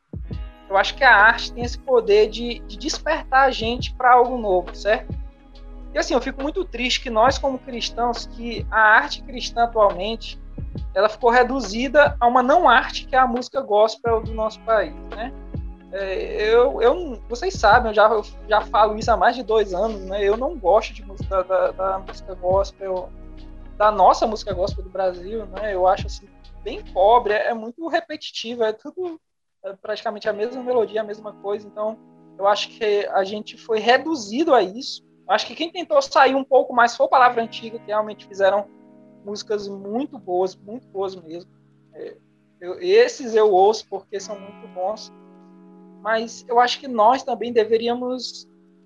eu acho que a arte tem esse poder de, de despertar a gente para algo novo, certo? E assim, eu fico muito triste que nós, como cristãos, que a arte cristã atualmente, ela ficou reduzida a uma não-arte, que é a música gospel do nosso país, né? É, eu, eu, vocês sabem, eu já, eu já falo isso há mais de dois anos, né? Eu não gosto de música, da, da música gospel, da nossa música gospel do Brasil, né? Eu acho assim, bem pobre, é, é muito repetitivo, é tudo é praticamente a mesma melodia, a mesma coisa. Então, eu acho que a gente foi reduzido a isso. Eu acho que quem tentou sair um pouco mais foi a Palavra Antiga, que realmente fizeram músicas muito boas, muito boas mesmo. É, eu, esses eu ouço porque são muito bons. Mas eu acho que nós também deveríamos,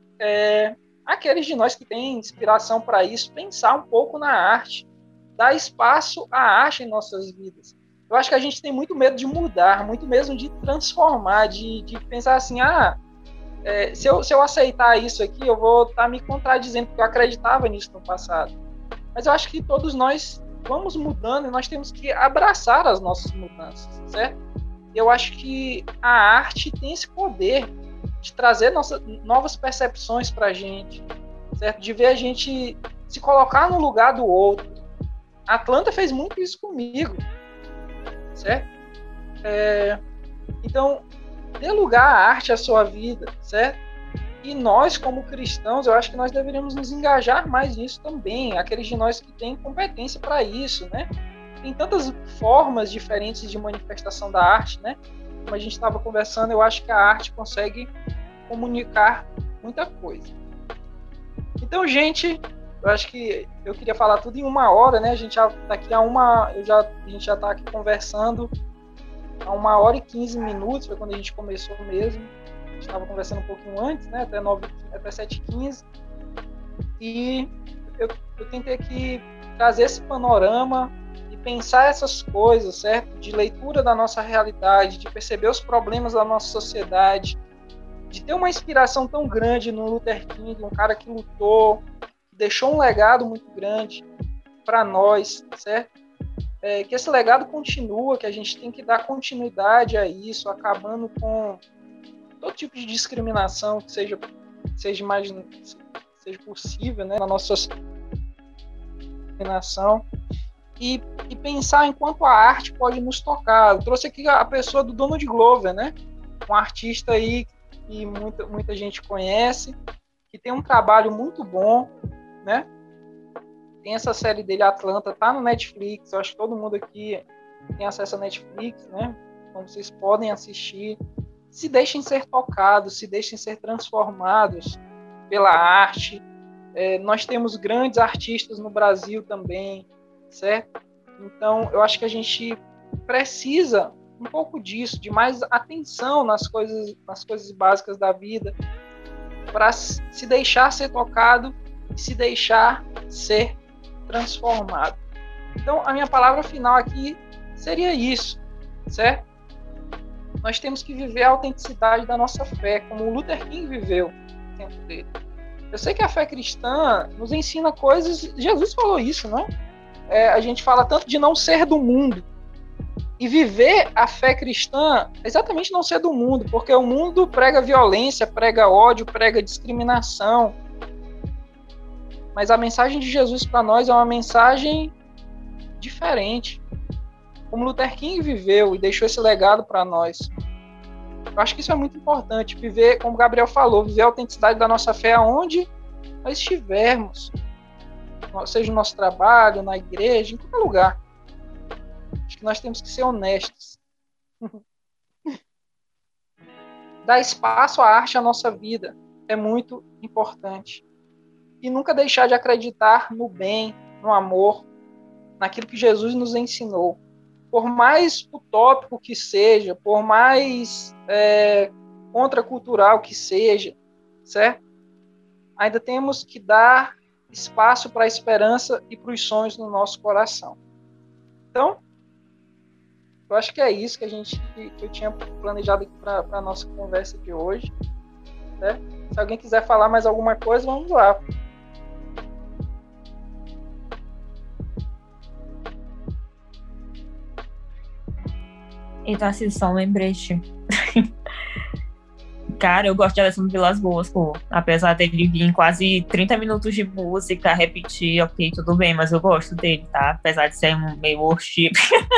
é, aqueles de nós que têm inspiração para isso, pensar um pouco na arte, dar espaço à arte em nossas vidas. Eu acho que a gente tem muito medo de mudar, muito mesmo de transformar, de, de pensar assim, ah, é, se, eu, se eu aceitar isso aqui, eu vou estar tá me contradizendo, porque eu acreditava nisso no passado. Mas eu acho que todos nós vamos mudando e nós temos que abraçar as nossas mudanças, certo? Eu acho que a arte tem esse poder de trazer nossa, novas percepções para a gente, certo? De ver a gente se colocar no lugar do outro. A Atlanta fez muito isso comigo, certo? É, então, dê lugar à arte à sua vida, certo? E nós, como cristãos, eu acho que nós deveríamos nos engajar mais nisso também, aqueles de nós que têm competência para isso, né? Tem tantas formas diferentes de manifestação da arte, né? Como a gente estava conversando, eu acho que a arte consegue comunicar muita coisa. Então, gente, eu acho que eu queria falar tudo em uma hora, né? A gente já tá aqui a uma, eu já, a gente já está aqui conversando há uma hora e quinze minutos, foi quando a gente começou mesmo. A gente estava conversando um pouquinho antes, né? Até, nove, até sete e quinze. E eu, eu tentei aqui trazer esse panorama e pensar essas coisas, certo? De leitura da nossa realidade, de perceber os problemas da nossa sociedade, de ter uma inspiração tão grande no Luther King, um cara que lutou, que deixou um legado muito grande para nós, certo? É, que esse legado continua, que a gente tem que dar continuidade a isso, acabando com todo tipo de discriminação, que seja seja, imagina, seja possível, né, na nossa imaginação, e, e pensar em quanto a arte pode nos tocar. Eu trouxe aqui a pessoa do Donald Glover, né, um artista aí que muita, muita gente conhece, que tem um trabalho muito bom, né? Tem essa série dele, Atlanta, tá no Netflix. Eu acho que todo mundo aqui tem acesso a Netflix, né? Então vocês podem assistir. Se deixem ser tocados, se deixem ser transformados pela arte. É, nós temos grandes artistas no Brasil também, certo? Então eu acho que a gente precisa um pouco disso, de mais atenção nas coisas, nas coisas básicas da vida, para se deixar ser tocado e se deixar ser transformado. Então, a minha palavra final aqui seria isso, certo? Nós temos que viver a autenticidade da nossa fé, como o Luther King viveu no tempo dele. Eu sei que a fé cristã nos ensina coisas, Jesus falou isso, não é? É, a gente fala tanto de não ser do mundo, e viver a fé cristã é exatamente não ser do mundo, porque o mundo prega violência, prega ódio, prega discriminação. Mas a mensagem de Jesus para nós é uma mensagem diferente. Como Luther King viveu e deixou esse legado para nós. Eu acho que isso é muito importante. Viver, como o Gabriel falou, viver a autenticidade da nossa fé aonde nós estivermos. Seja no nosso trabalho, na igreja, em qualquer lugar. Acho que nós temos que ser honestos. Dar espaço à arte à nossa vida é muito importante. E nunca deixar de acreditar no bem, no amor, naquilo que Jesus nos ensinou. Por mais utópico que seja, por mais é, contracultural que seja, certo? Ainda temos que dar espaço para a esperança e para os sonhos no nosso coração. Então, eu acho que é isso que a gente que eu tinha planejado aqui para a nossa conversa de hoje. Né? Se alguém quiser falar mais alguma coisa, vamos lá. Então, assim, só um lembrete. Cara, eu gosto de Alessandro Vilas Boas, pô. Apesar dele vir em quase trinta minutos de música, repetir, ok, tudo bem, mas eu gosto dele, tá? Apesar de ser um meio worship.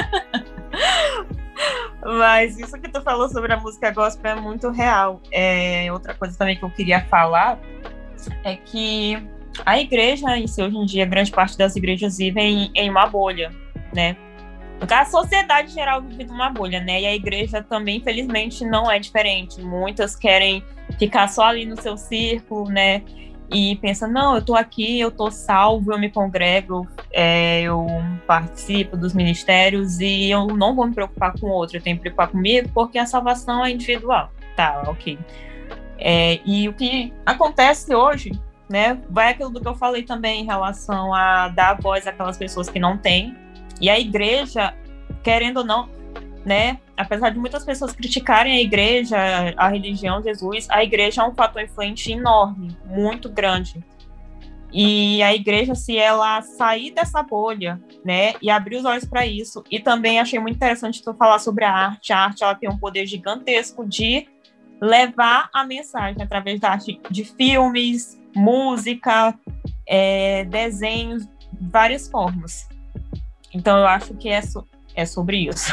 Mas isso que tu falou sobre a música gospel é muito real. É, outra coisa também que eu queria falar é que a igreja em si, hoje em dia, grande parte das igrejas vivem em uma bolha, né? A sociedade geral vive numa bolha, né? E a igreja também, infelizmente, não é diferente. Muitas querem ficar só ali no seu círculo, né? E pensam, não, eu tô aqui, eu tô salvo, eu me congrego, é, eu participo dos ministérios e eu não vou me preocupar com o outro, eu tenho que me preocupar comigo porque a salvação é individual. Tá, ok. É, e o que acontece hoje, né? Vai aquilo do que eu falei também em relação a dar voz àquelas pessoas que não têm. E a igreja, querendo ou não, né, apesar de muitas pessoas criticarem a igreja, a religião, Jesus, a igreja é um fator influente enorme, muito grande. E a igreja, se ela sair dessa bolha, né, e abrir os olhos para isso, e também achei muito interessante tu falar sobre a arte. A arte, ela tem um poder gigantesco de levar a mensagem através da arte, de filmes, música, é, desenhos, várias formas. Então, eu acho que é, so- é sobre isso.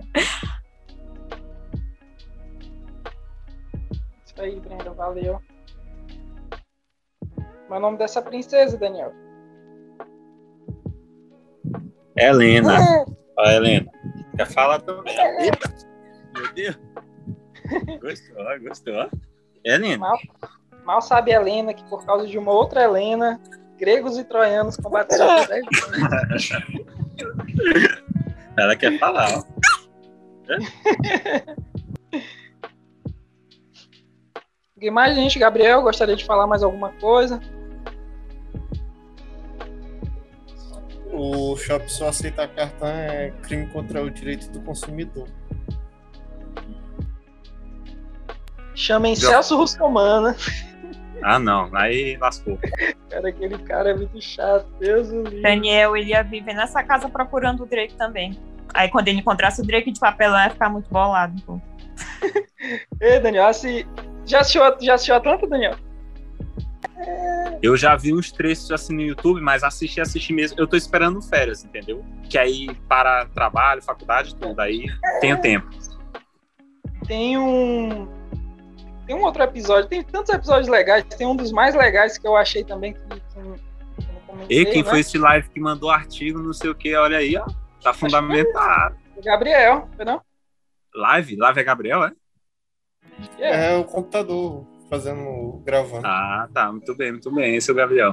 Isso aí, Brenda, valeu. Qual é o nome dessa princesa, Daniel? Helena. Ó, Helena. Quer falar também? Eita. Meu Deus. Gostou, gostou. Helena. Mal, mal sabe a Helena que, por causa de uma outra Helena, gregos e troianos combateram por dez anos. Ela quer falar, ó. Alguém mais, gente? Gabriel, gostaria de falar mais alguma coisa? O shopping só aceitar cartão é crime contra o direito do consumidor. Chamem Já. Celso Russomano. Ah, não. Aí lascou. Cara, aquele cara é muito chato. Deus do livro. Daniel, ele ia viver nessa casa procurando o Drake também. Aí, quando ele encontrasse o Drake de papelão, ia ficar muito bolado, pô. Ei, Daniel, assim, já assistiu, já assistiu Atlanta, Daniel? Eu já vi uns trechos assim no YouTube, mas assisti, assisti mesmo. Eu tô esperando férias, entendeu? Que aí para trabalho, faculdade, tudo. Aí tenho tempo. Tem um... Tem um outro episódio, tem tantos episódios legais, tem um dos mais legais que eu achei também que, que, que eu não comentei, E quem né? foi esse live que mandou artigo, não sei o que, olha aí, ó. Tá fundamentado. O Gabriel, não? Live? Live é Gabriel, é? Yeah. É o computador fazendo, gravando. Ah, tá. Muito bem, muito bem. Esse é o Gabriel.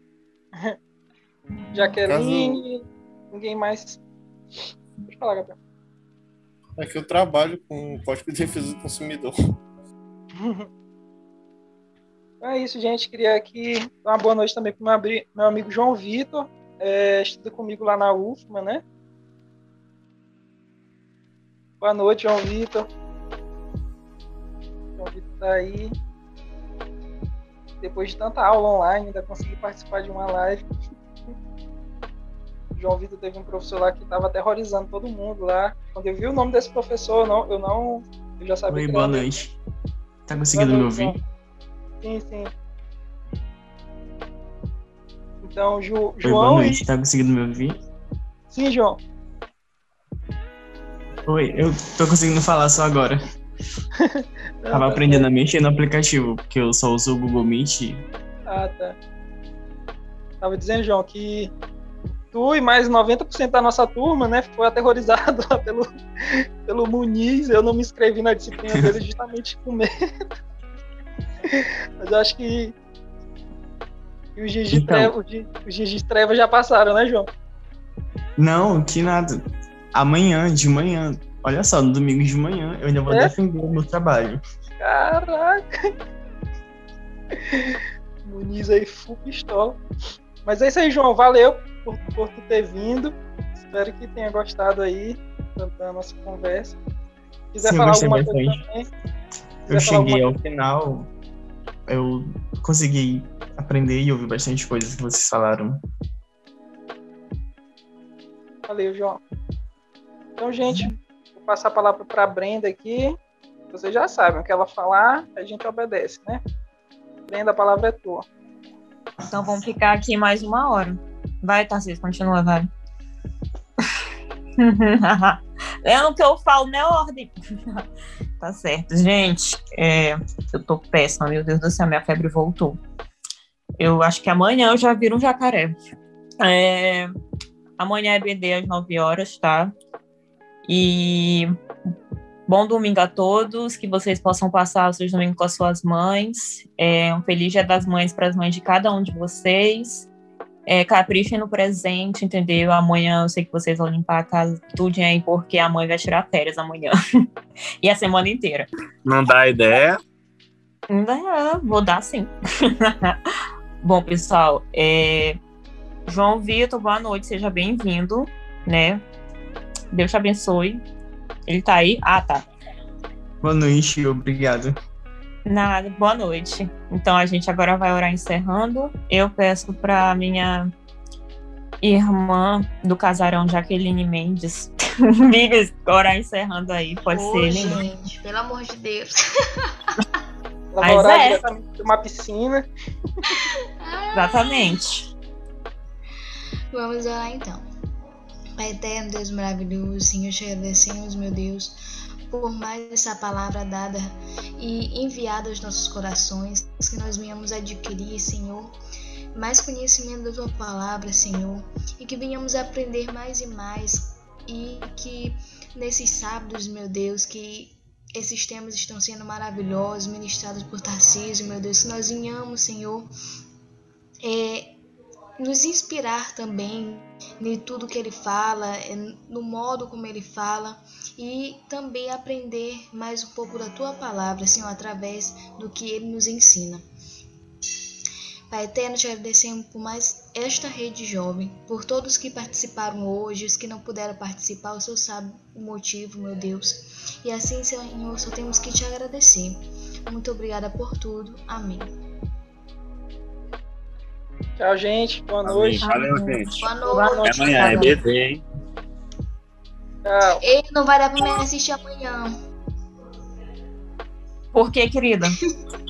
Jaqueline, ninguém mais. Pode falar, Gabriel. É que eu trabalho com Código de Defesa do Consumidor. Então é isso, gente. Queria aqui dar uma boa noite também para o meu, meu amigo João Vitor, é, estuda comigo lá na U F M A, né? Boa noite, João Vitor. João Vitor tá aí. Depois de tanta aula online, ainda consegui participar de uma live. O João Vitor teve um professor lá que estava aterrorizando todo mundo lá. Quando eu vi o nome desse professor, eu não, eu, não, eu já sabia. Oi, que boa era noite. Tá conseguindo me ouvir? Sim, sim. Então, Ju, Oi, João. boa noite. E... Tá conseguindo me ouvir? Sim, João. Oi, eu tô conseguindo falar só agora. Não, Tava tá aprendendo certo. a mexer no aplicativo, porque eu só uso o Google Meet. Ah, tá. Tava dizendo, João, que tu e mais noventa por cento da nossa turma, né, foi aterrorizado lá pelo, pelo Muniz. Eu não me inscrevi na disciplina dele justamente com medo. Mas eu acho que, que os dias de Então. treva, os dias- os dias de treva já passaram, né, João? Não, que nada. Amanhã, de manhã. Olha só, no domingo de manhã, eu ainda vou É? defender o meu trabalho. Caraca! Muniz aí, full pistola. Mas é isso aí, João. Valeu por, por tu ter vindo. Espero que tenha gostado aí da, da nossa conversa. Se quiser Sim, eu falar gostei alguma coisa bastante. também. se Eu quiser falar cheguei alguma ao final, eu consegui aprender e ouvir bastante coisas que vocês falaram. Valeu, João. Então, gente, vou passar a palavra para a Brenda aqui. Vocês já sabem, o que ela falar, a gente obedece, né? Brenda, a palavra é tua. Então vamos ficar aqui mais uma hora. Vai, Tarcísio, continua, vai. É o que eu falo, né, ordem? Tá certo. Gente, é, eu tô péssima, meu Deus do céu, minha febre voltou. Eu acho que amanhã eu já viro um jacaré. É, amanhã é B D às nove horas, tá? E bom domingo a todos, que vocês possam passar os seus domingos com as suas mães. É, um feliz Dia das Mães para as mães de cada um de vocês. É, caprichem no presente, entendeu? Amanhã eu sei que vocês vão limpar a casa tudo aí, porque a mãe vai tirar férias amanhã. E a semana inteira. Não dá ideia. Não, vou dar sim. Bom, pessoal, é... João Vitor, boa noite, seja bem-vindo, né? Deus te abençoe. Ele tá aí? Ah, tá. Boa noite, obrigado. Nada, boa noite. Então a gente agora vai orar encerrando. Eu peço para minha irmã do casarão, Jaqueline Mendes, Migas, orar encerrando aí. Pode Ô, ser, né? gente, pelo amor de Deus. Ela Mas vai orar é. diretamente de uma piscina. Exatamente. Vamos orar então. Pai eterno, Deus maravilhoso, Senhor, te agradecemos, meu Deus, por mais essa palavra dada e enviada aos nossos corações, que nós venhamos adquirir, Senhor, mais conhecimento da Tua palavra, Senhor, e que venhamos aprender mais e mais, e que nesses sábados, meu Deus, que esses temas estão sendo maravilhosos, ministrados por Tarcísio, meu Deus, que nós venhamos, Senhor, é, nos inspirar também em tudo que ele fala, no modo como ele fala, e também aprender mais um pouco da Tua palavra, Senhor, através do que ele nos ensina. Pai eterno, te agradecemos por mais esta rede jovem, por todos que participaram hoje, os que não puderam participar, o Senhor sabe o motivo, meu Deus. E assim, Senhor, só temos que te agradecer. Muito obrigada por tudo. Amém. Tchau, gente. Boa noite. Valeu, gente. Boa Boa noite. noite. Até amanhã é B D, hein? Tchau. Ei, não vai dar pra me assistir amanhã. Por quê, querida?